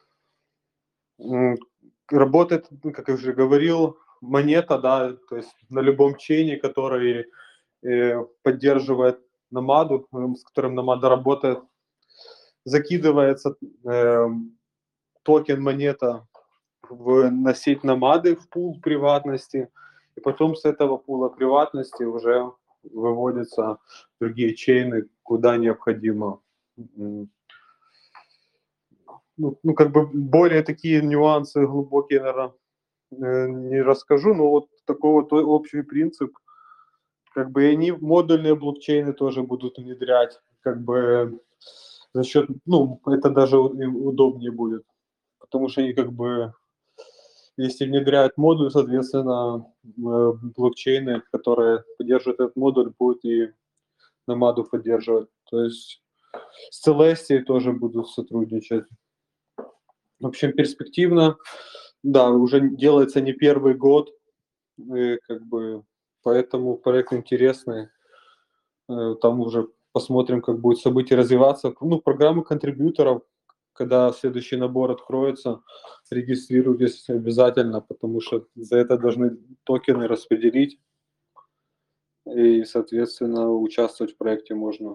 М, Работает, ну, как я уже говорил, монета, да, то есть на любом чейне, который э, поддерживает Намаду, м, с которым Намада работает, закидывается э, токен монета в, на сеть Намады в пул приватности, и потом с этого пула приватности уже выводятся другие чейны, куда необходимо. М, Ну, ну, как бы более такие нюансы глубокие, наверное, не расскажу, но вот такой вот о- общий принцип. Как бы и они модульные блокчейны тоже будут внедрять, как бы за счет, ну, это даже у- им удобнее будет, потому что они как бы, если внедряют модуль, соответственно, э, блокчейны, которые поддерживают этот модуль, будут и Намаду поддерживать. То есть с Celestia тоже будут сотрудничать. В общем, перспективно, да, уже делается не первый год, и как бы поэтому проект интересный. Э, Там уже посмотрим, как будут события развиваться. Ну, программы контрибьюторов, когда следующий набор откроется, регистрируйтесь обязательно, потому что за это должны токены распределить, и, соответственно, участвовать в проекте можно.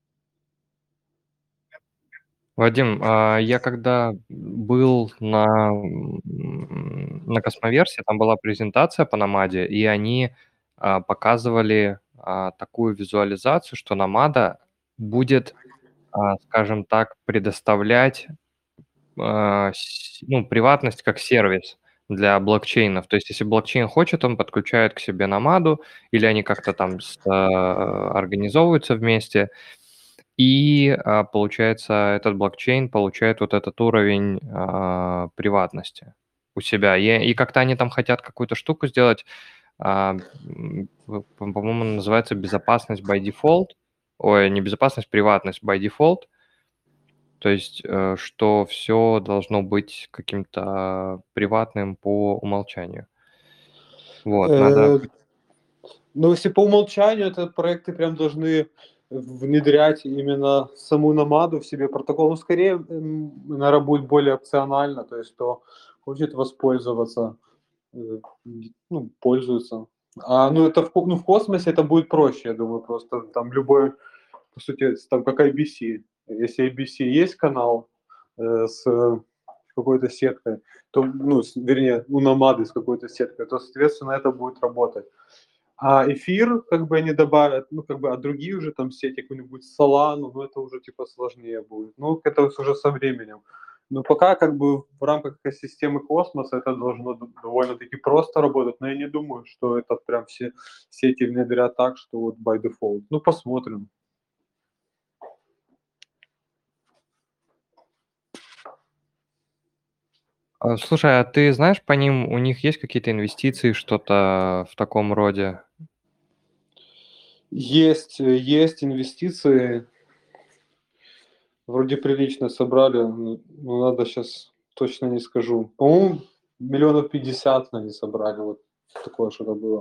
Вадим, а я когда был на, м, на Космоверсе, там была презентация по Намаде, и они а, показывали а, такую визуализацию, что Намада будет, а, скажем так, предоставлять, а, с ну, приватность как сервис для блокчейнов. То есть если блокчейн хочет, он подключает к себе Nomad, или они как-то там с а, организовываются вместе, и, а, получается, этот блокчейн получает вот этот уровень, а, приватности у себя. И и как-то они там хотят какую-то штуку сделать, а, м, в по по-моему, называется безопасность by default. Ой, не безопасность, приватность by default. То есть, э, что все должно быть каким-то приватным по умолчанию. Вот, надо Э, Ну, если по умолчанию, это проекты прям должны внедрять именно саму Nomad в себе протокол. Ну, скорее, м, наверно, будет более опционально, то есть кто хочет воспользоваться, э, м, ну, пользуется. А, ну, это в ко ну, в космосе это будет проще, я думаю, просто там любой, по сути, с там как ай би си. Если ай би си есть канал, э, с какой-то сеткой, то, ну, с вернее, у Nomad с какой-то сеткой, то, соответственно, это будет работать. А эфир, как бы они добавят, ну, как бы, а другие уже там сети, какую-нибудь Solana, ну, это уже типа сложнее будет. Ну, это вот уже со временем. Но пока как бы в рамках экосистемы космоса это должно д- довольно-таки просто работать, но я не думаю, что это прям все сети внедрят так, что вот by default. Ну, посмотрим. А, слушай, а ты знаешь по ним, у них есть какие-то инвестиции, что-то в таком роде? Есть, э, есть инвестиции, вроде прилично собрали, ну, ну, надо сейчас точно не скажу. По-моему, миллионов пятьдесят они собрали, вот такое что-то было.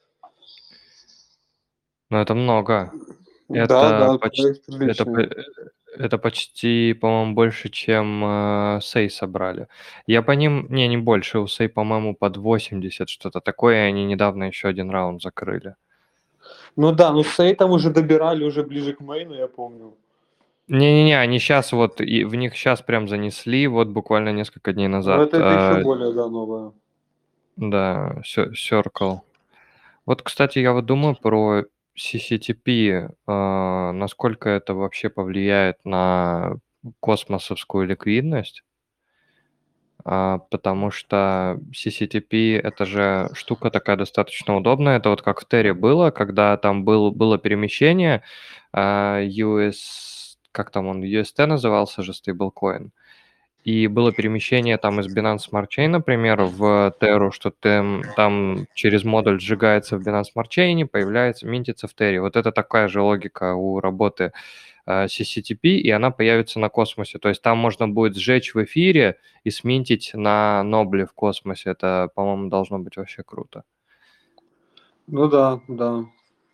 Ну, это много. Да, Это да, почти, проект это, приличный. п- это почти, по-моему, больше, чем э, Сей собрали. Я по ним, не, не больше, у Сей, по-моему, под восемьдесят, что-то такое, и они недавно еще один раунд закрыли. Ну да, ну с Эйтом уже добирали уже ближе к мейну, я помню. Не-не-не, они сейчас вот, и в них сейчас прям занесли, вот буквально несколько дней Но назад. это, это еще э, более, да, новое. да, Cir- Circle. Вот, кстати, я вот думаю про си си ти пи, а, насколько это вообще повлияет на космосовскую ликвидность, а, потому что си си ти пи это же штука такая достаточно удобная. Это вот как в Терре было, когда там был, было перемещение, а, ю эс, как там он, ю эс ти назывался же, стейблкоин. И было перемещение там из Binance Smart Chain, например, в Terra, что там, там через модуль сжигается в Binance Smart Chain, появляется, минтится в Terra. Вот это такая же логика у работы э, си си ти пи, и она появится на космосе. То есть там можно будет сжечь в эфире и сминтить на Нобле в космосе. Это, по-моему, должно быть вообще круто. Ну да, да.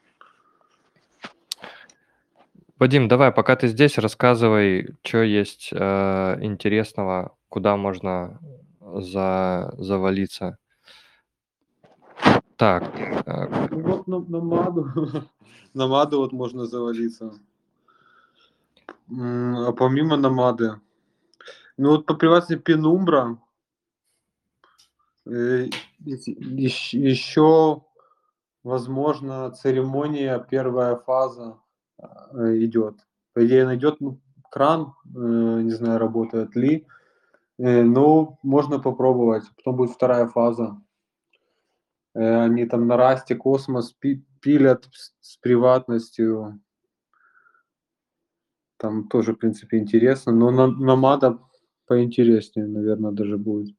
Вадим, давай, пока ты здесь, рассказывай, что есть э, интересного, куда можно за, завалиться. Так, э, Ну вот на, на Маду. На Маду вот можно завалиться. М, А помимо Намады. Ну вот по приватности Пенумбра еще, возможно, церемония, первая фаза э, идет. По идее, она идет, ну, кран, э, не знаю, работает ли. Э, но можно попробовать. Потом будет вторая фаза. Э, они там на расте космос пи- пилят с, с приватностью. Там тоже, в принципе, интересно. Но на, на Мада поинтереснее, наверное, даже будет.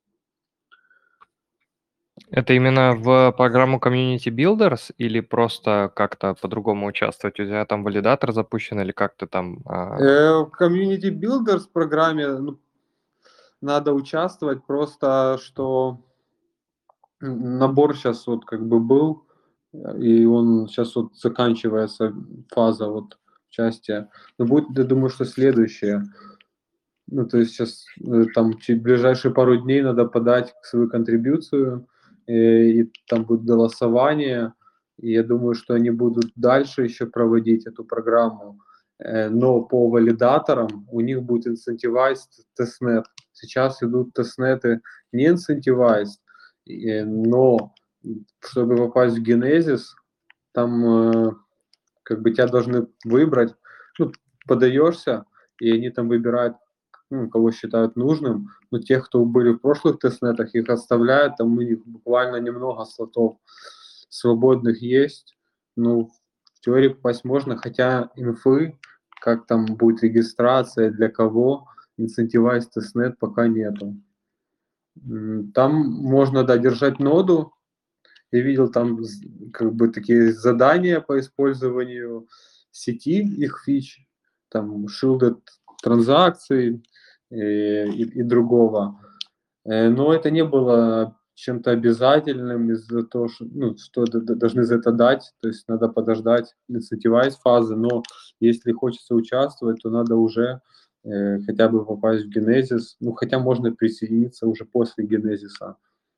это именно в программу Community Builders или просто как-то по-другому участвовать? У тебя там валидатор запущен или как ты там... а, Э, в Community Builders программе, ну, надо участвовать, просто что н- набор сейчас вот как бы был, э, и он сейчас вот заканчивается фаза вот участия. Но будет, я думаю, что следующее. Ну, то есть сейчас там чуть ближайшие пару дней надо подать свою контрибьюцию, э, и там будет голосование. И я думаю, что они будут дальше еще проводить эту программу. Э, Но по валидаторам у них будет incentivized тестнет. Сейчас идут тестнеты не incentivized, э, но чтобы попасть в Genesis, там э, как бы тебя должны выбрать. Ну, подаешься, и они там выбирают, ну, кого считают нужным. Но тех, кто были в прошлых тестнетах, их оставляют, там у них буквально немного слотов свободных есть. Ну, в теории попасть можно, хотя инфы, как там будет регистрация, для кого, Incentivize тестнет пока нету. М, Там можно, да, держать ноду. Я видел там з- как бы такие задания по использованию сети, их фич, там shielded транзакций э, и, и другого. Э, Но это не было чем-то обязательным из-за того, что, ну, что д- д- должны за это дать, то есть надо подождать incentivize фазы, но если хочется участвовать, то надо уже э, хотя бы попасть в Genesis, ну, хотя можно присоединиться уже после Генезиса.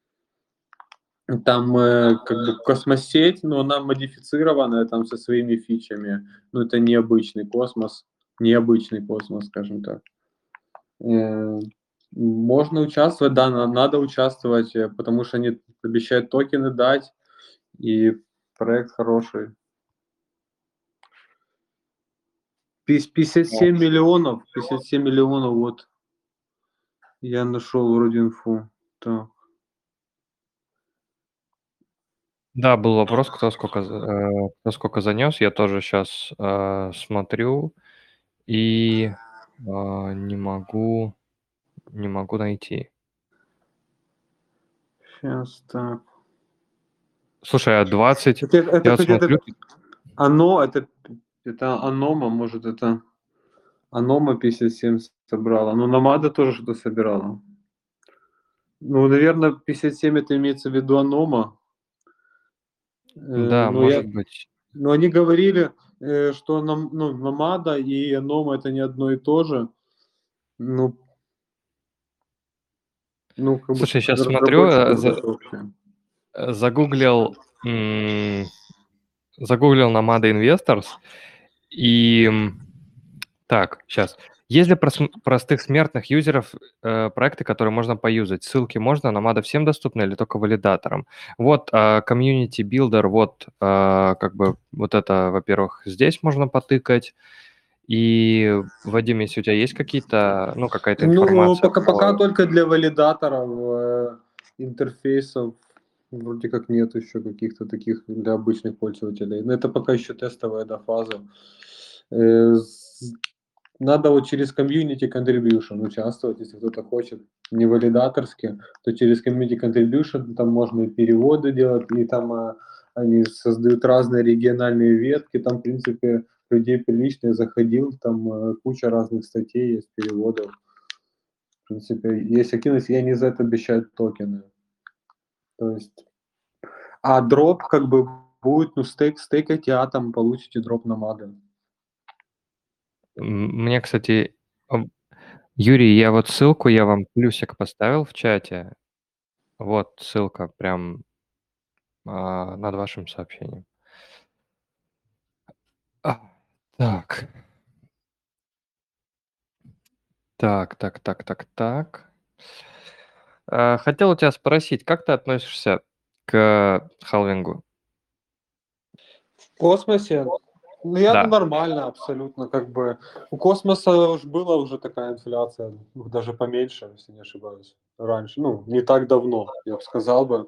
Там э, как бы космосеть, но она модифицированная там со своими фичами. Ну, это необычный космос, необычный космос, скажем так. Э, Можно участвовать, да, на- надо участвовать, э, потому что они обещают токены дать, и проект хороший. Пис- пятьдесят семь миллионов, пятьдесят семь миллионов, вот. Я нашел вроде инфу. Так. Да, был вопрос, кто сколько, за- э, кто сколько занес. Я тоже сейчас смотрю и э, не могу, не могу найти. Сейчас, так. Слушай, а двадцать, Это, это я вот хоть это смотрю, оно, это, это анома, может, это анома пятьдесят семь собрала. Ну, Намада тоже что-то собирала. Ну, наверное, пятьдесят семь это имеется в виду анома. Э, да, но я, может быть. но они говорили, э, что нам, ну, Намада и анома это не одно и то же. Ну, ну как бы Слушай, сейчас смотрю, разработчики э, за- вообще. э, загуглил, м, загуглил Nomada Investors, и м, так, сейчас. Есть для прос- простых смертных юзеров э, проекты, которые можно поюзать? Ссылки можно? Nomada всем доступны или только валидаторам? Вот э, Community Builder, вот э, как бы вот это, во-первых, здесь можно потыкать. И, Вадим, если у тебя есть какие-то, ну, какая-то Ну, информация пока, пока по... только для валидаторов э, интерфейсов вроде как нет еще каких-то таких для обычных пользователей. Но это пока еще тестовая, да, фаза. Э, с- Надо вот через community contribution участвовать, если кто-то хочет не валидаторски, то через community contribution там можно и переводы делать, и там а, они создают разные региональные ветки, там, в принципе, людей прилично. Я заходил, там э, куча разных статей есть, переводов. В принципе, есть активность, и они за это обещают токены. То есть, а дроп как бы будет, ну, стейк, стейкайте атом, получите дроп на мады. М, Мне, кстати, ам, Юрий, я вот ссылку, я вам плюсик поставил в чате. Вот ссылка прям а, над вашим сообщением. А, так, так, так, так, так, так. А, Хотел у тебя спросить, как ты относишься к халвингу? В космосе, ну, я Да. нормально абсолютно, как бы. У космоса уж была уже такая инфляция, ну, даже поменьше, если не ошибаюсь, раньше. Ну, не так давно, я бы сказал бы.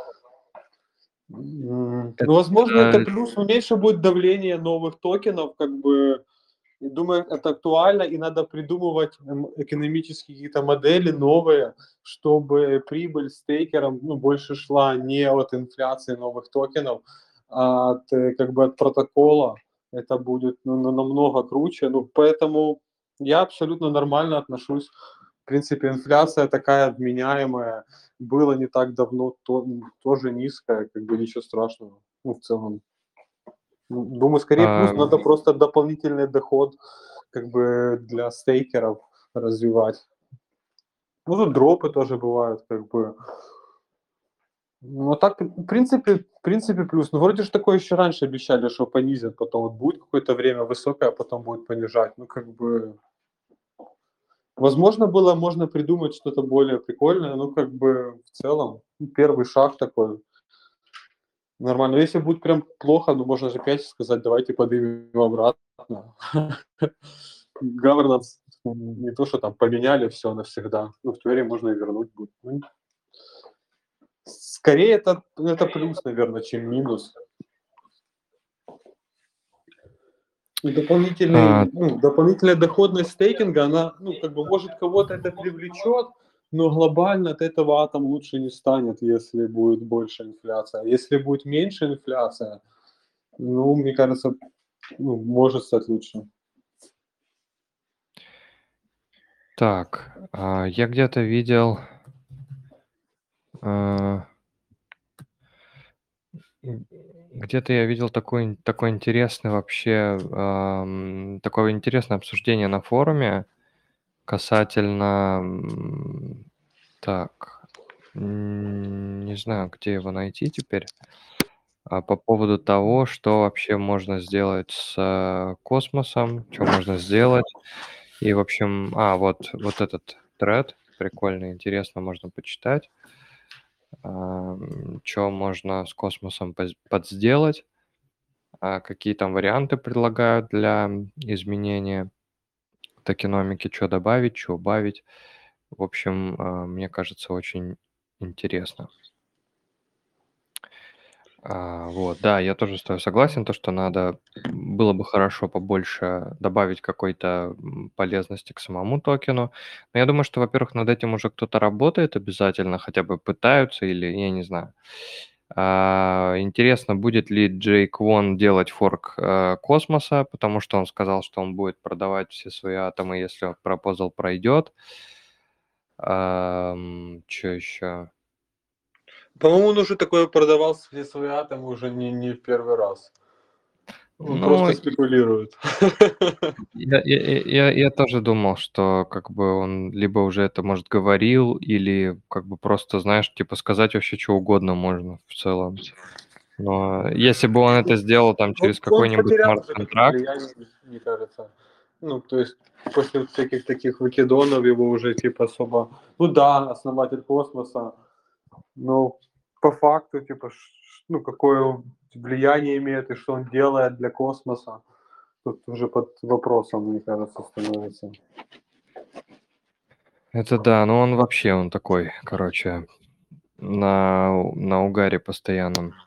М, Ну, возможно, это Это, плюс, но меньше будет давление новых токенов, как бы. И думаю, это актуально, и надо придумывать эм, экономические какие-то модели новые, чтобы прибыль стейкерам, ну, больше шла не от инфляции новых токенов, а от, э, как бы от протокола. Это будет, ну, на- намного круче. Ну, поэтому я абсолютно нормально отношусь. В принципе, инфляция такая вменяемая. Было не так давно, то, тоже низкая, как бы ничего страшного. Ну, в целом. Ну, думаю, скорее плюс, а, надо просто дополнительный доход как бы для стейкеров развивать. Ну, тут дропы тоже бывают, как бы. Ну, а так, в принципе, в принципе, плюс. Ну, вроде же такое еще раньше обещали, что понизят, потом вот будет какое-то время высокое, а потом будет понижать. Ну, как бы, возможно, было, можно придумать что-то более прикольное, ну, как бы, в целом, ну, первый шаг такой. Нормально. Если будет прям плохо, ну, можно же опять сказать, давайте поднимем обратно. governance м, не то, что там поменяли все навсегда. Ну, в теории можно и вернуть будет. Ну, скорее это, это плюс, наверное, чем минус. И дополнительный, А, ну, дополнительная доходность стейкинга, она, ну, как бы, может, кого-то это привлечет, но глобально от этого атом лучше не станет, если будет больше инфляция. Если будет меньше инфляция, ну, мне кажется, ну, может стать лучше. так, а, я где-то видел, а, м, где-то я видел такой, ин- такой интересный вообще, ам, такое интересное обсуждение на форуме касательно, м, так, м, не знаю, где его найти теперь, а, по поводу того, что вообще можно сделать с э, космосом, что можно сделать. И, в общем, а, вот, вот этот тред прикольный, интересно, можно почитать, что можно с космосом поз- подсделать, а, какие там варианты предлагают для изменения токеномики, что добавить, что убавить. В общем, а, мне кажется, очень интересно. А, вот, да, я тоже с тобой согласен, то, что надо, было бы хорошо побольше добавить какой-то м, полезности к самому токену. Но я думаю, что, во-первых, над этим уже кто-то работает обязательно, хотя бы пытаются или, я не знаю. А, интересно, будет ли Джей Квон делать форк э, космоса, потому что он сказал, что он будет продавать все свои атомы, если пропозал пройдет. Что еще? По-моему, он уже такое продавал все свои атомы уже не, не в первый раз. Он Ну, просто спекулирует. Я, я, я, я я тоже думал, что как бы он либо уже это, может, говорил, или как бы просто, знаешь, типа сказать вообще что угодно можно в целом. Но если бы он это сделал там Он, через он какой-нибудь потерял уже как-то смарт-контракт, влияние, мне кажется. Ну, то есть после вот всяких таких выкидонов его уже типа особо... Ну да, основатель космоса, но по факту, типа, ш- ну, какое он влияние имеет и что он делает для космоса, тут уже под вопросом, мне кажется, становится. это да, но он вообще, он такой, короче, на, на угаре постоянном.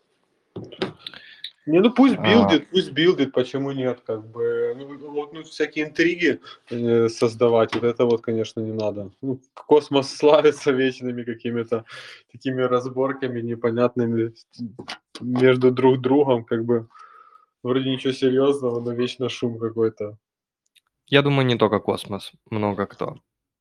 Не, ну пусть А, билдит, пусть билдит, почему нет, как бы, ну, вот, ну, всякие интриги э, создавать, вот это вот, конечно, не надо. Ну, космос славится вечными какими-то такими разборками непонятными между друг другом, как бы, вроде ничего серьезного, но вечно шум какой-то. я думаю, не только космос, много кто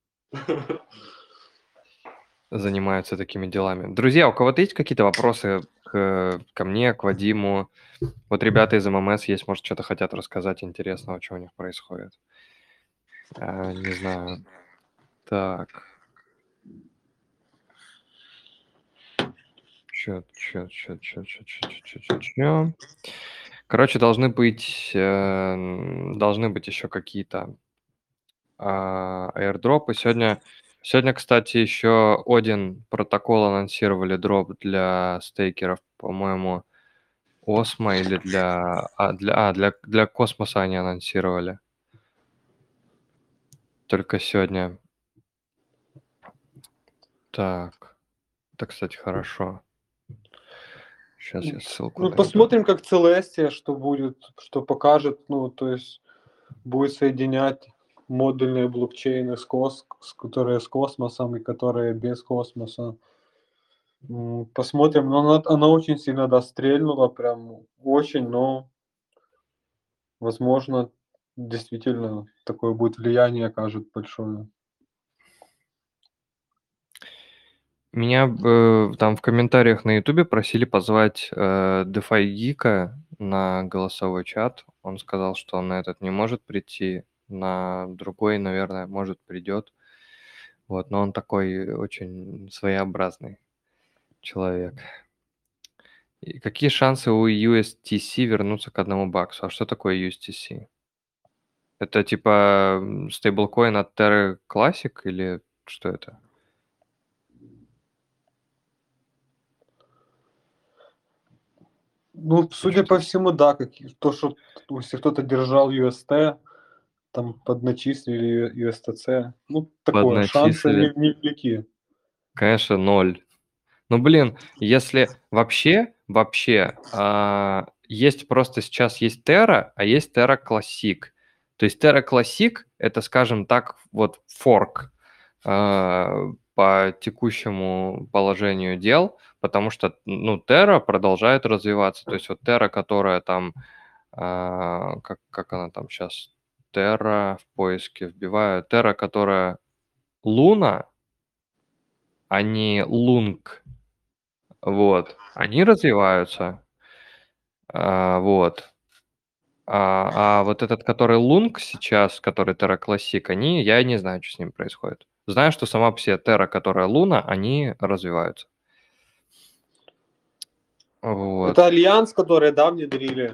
занимается такими делами. Друзья, у кого-то есть какие-то вопросы к, ко мне, к Вадиму? Вот ребята из ММС есть, может, что-то хотят рассказать интересного, что у них происходит. А, не знаю. Так. Чё, чё, чё, чё, чё, чё, чё, чё, чё, чё. Короче, должны быть, э, должны быть еще какие-то а, airdropы. Сегодня, сегодня, кстати, еще один протокол анонсировали дроп для стейкеров, по-моему, Осмо или для, а, для, а, для, для Космоса они анонсировали. Только сегодня. Так. Это, кстати, хорошо. Сейчас я ссылку Ну, найду. посмотрим, как Целестия, что будет, что покажет, ну, то есть будет соединять модульные блокчейны, с кос, с, которые с космосом и которые без космоса. М, Посмотрим, но она, она очень сильно дострельнула, прям очень, но, возможно, действительно такое будет влияние окажет большое. Меня э, там в комментариях на Ютубе просили позвать э, DeFi Geek'а на голосовой чат. Он сказал, что он на этот не может прийти, на другой, наверное, может придет. Вот, но он такой очень своеобразный человек. И какие шансы у ю эс ти си вернуться к одному баксу? А что такое ю эс ти си? Это типа м, стейблкоин от Terra Classic или что это? Ну, Я судя чё-то... по всему, да, как, то, что если кто-то держал ю эс ти, там подначислили ю эс ти си. Ну, такое, шансы Подначислили. не- невелики. Конечно, ноль. Ну, блин, если вообще, вообще, а, есть просто сейчас есть Terra, а есть Terra Classic. То есть Terra Classic — это, скажем так, вот форк а, по текущему положению дел, потому что, ну, Terra продолжает развиваться. То есть вот Terra, которая там, а, как, как она там сейчас, Terra в поиске вбиваю, Terra, которая Луна, а не Лунг. Вот. Они развиваются. А, вот. А, а вот этот, который Лунг сейчас, который Terra Classic, они, я не знаю, что с ним происходит. Знаю, что сама по себе Terra, которая Луна, они развиваются. Вот. Это альянс, который, да, внедрили.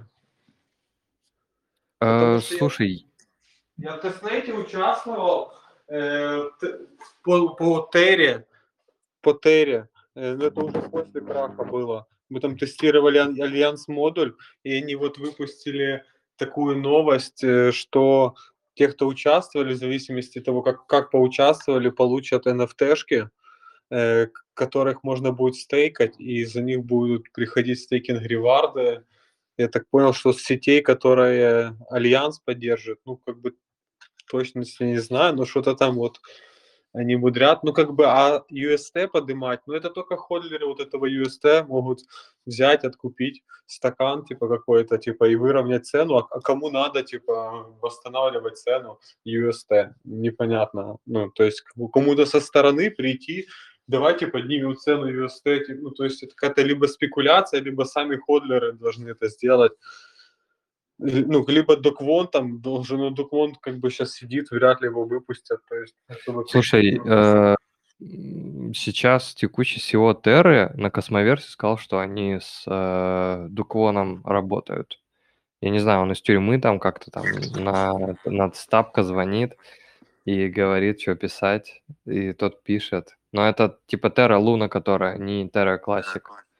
Потому Э, что я, слушай, я в тестнете участвовал э, т- по, по Терре, по Терре. Э, но это уже после краха было. Мы там тестировали аль- альянс модуль, и они вот выпустили такую новость, э, что те, кто участвовали, в зависимости от того, как, как поучаствовали, получат эн эф ти-шки, э, к- которых можно будет стейкать, и за них будут приходить стейкинг-реварды. Я так понял, что с сетей, которые Альянс поддержит, ну, как бы точности не знаю, но что-то там вот они мудрят. Ну, как бы, а ю эс ти поднимать, ну, это только холдеры вот этого ю эс ти могут взять, откупить стакан, типа, какой-то, типа, и выровнять цену. А, а кому надо, типа, восстанавливать цену ю эс ти? Непонятно. Ну, то есть, к- кому-то со стороны прийти, давайте поднимем цену ю эс ти. типа, Ну, то есть, это какая-то либо спекуляция, либо сами ходлеры должны это сделать. Ли- Ну, либо Доквон там должен, но Доквон как бы сейчас сидит, вряд ли его выпустят. То есть, чтобы слушай, перспективы. э, м, сейчас текущий си и о Terra на Космоверсе сказал, что они с э, Дуквоном работают. Я не знаю, он из тюрьмы там как-то там на, над Стапка звонит и говорит, что писать, и тот пишет. Но это типа Terra Luna, которая не Terra Classic.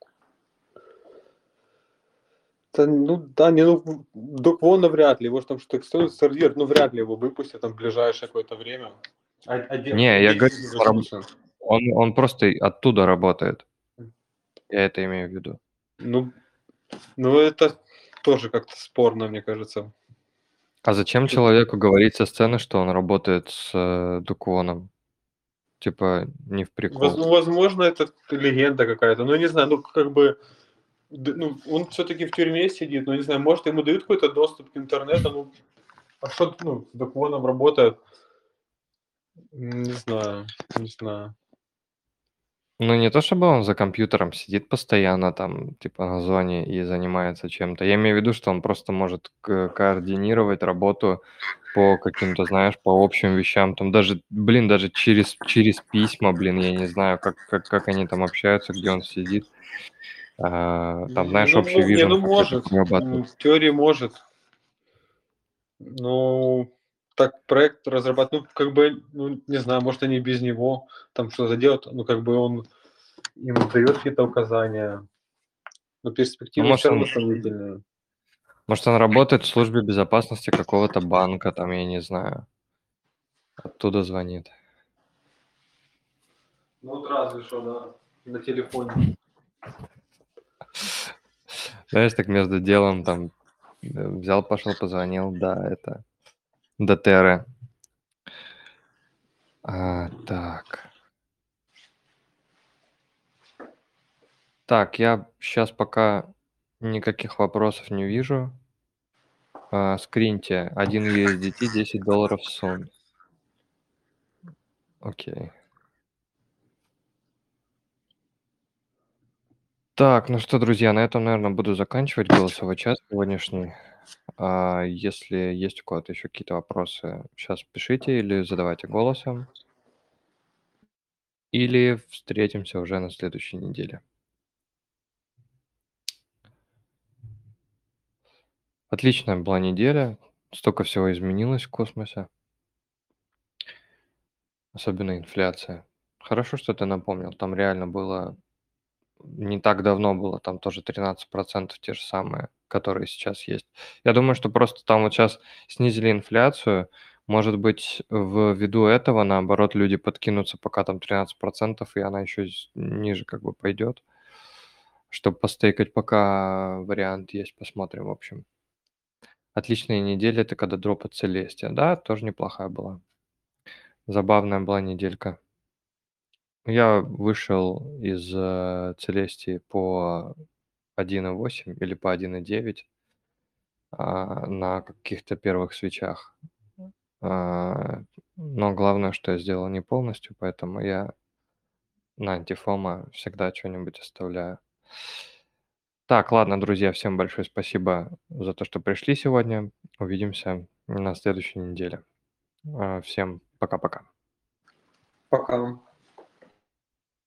Да, ну да, не, ну Доквона вряд ли. Его ж там что стоит сервер, ну вряд ли его выпустят там в ближайшее какое-то время. А, а де- Не, я где говорю, деньги раб- возьмутся? он, он просто оттуда работает. Я это имею в виду. Ну, ну это тоже как-то спорно, мне кажется. А зачем человеку говорить со сцены, что он работает с э, Дуквоном? Типа, не в Воз- прикол. ну, возможно, это легенда какая-то. Ну, не знаю, ну как бы, д- ну, он все-таки в тюрьме сидит, ну, не знаю, может, ему дают какой-то доступ к интернету, ну, а что, ну, с Доквоном работает? М, Не знаю, не знаю. Ну, не то чтобы он за компьютером сидит постоянно там, типа, на зоне и занимается чем-то. Я имею в виду, что он просто может ко- координировать работу по каким-то, знаешь, по общим вещам. Там даже, блин, даже через, через письма, блин, я не знаю, как, как, как они там общаются, где он сидит. А, там, знаешь, Ну, общий ну, не, вижен ну какой-то может, прорабатывать. М, в теории может. Ну, так проект разрабатывать, ну, как бы, ну, не знаю, может, они без него там что-то делают, ну, как бы он им дает какие-то указания, но Ну, перспективы может, все равно он, сомнительные. может, он работает в службе безопасности какого-то банка, там, я не знаю. Оттуда звонит. Ну, вот разве что, да, на телефоне. Знаешь, так между делом там э, взял, пошел, позвонил, да, это, до Терры. А, так. Так, я сейчас пока никаких вопросов не вижу. А, скриньте. один ю эс ди ти, десять долларов сун. Окей. Так, ну что, друзья, на этом, наверное, буду заканчивать голосовой чат сегодняшний. А, если есть у кого-то еще какие-то вопросы, сейчас пишите или задавайте голосом, или встретимся уже на следующей неделе. Отличная была неделя, столько всего изменилось в космосе, особенно инфляция. Хорошо, что ты напомнил, там реально было не так давно было, там тоже тринадцать процентов те же самые, которые сейчас есть. Я думаю, что просто там вот сейчас снизили инфляцию. Может быть, ввиду этого, наоборот, люди подкинутся, пока там тринадцать процентов, и она еще с- ниже как бы пойдет. Чтобы постейкать, пока вариант есть, посмотрим, в общем. Отличная неделя, это когда дропает Целестия. Да, тоже неплохая была. Забавная была неделька. Я вышел из э, Целестии по один и восемь или по один и девять а, на каких-то первых свечах. А, но главное, что я сделал не полностью, поэтому я на антифома всегда что-нибудь оставляю. Так, ладно, друзья, всем большое спасибо за то, что пришли сегодня. Увидимся на следующей неделе. А, Всем пока-пока. Пока.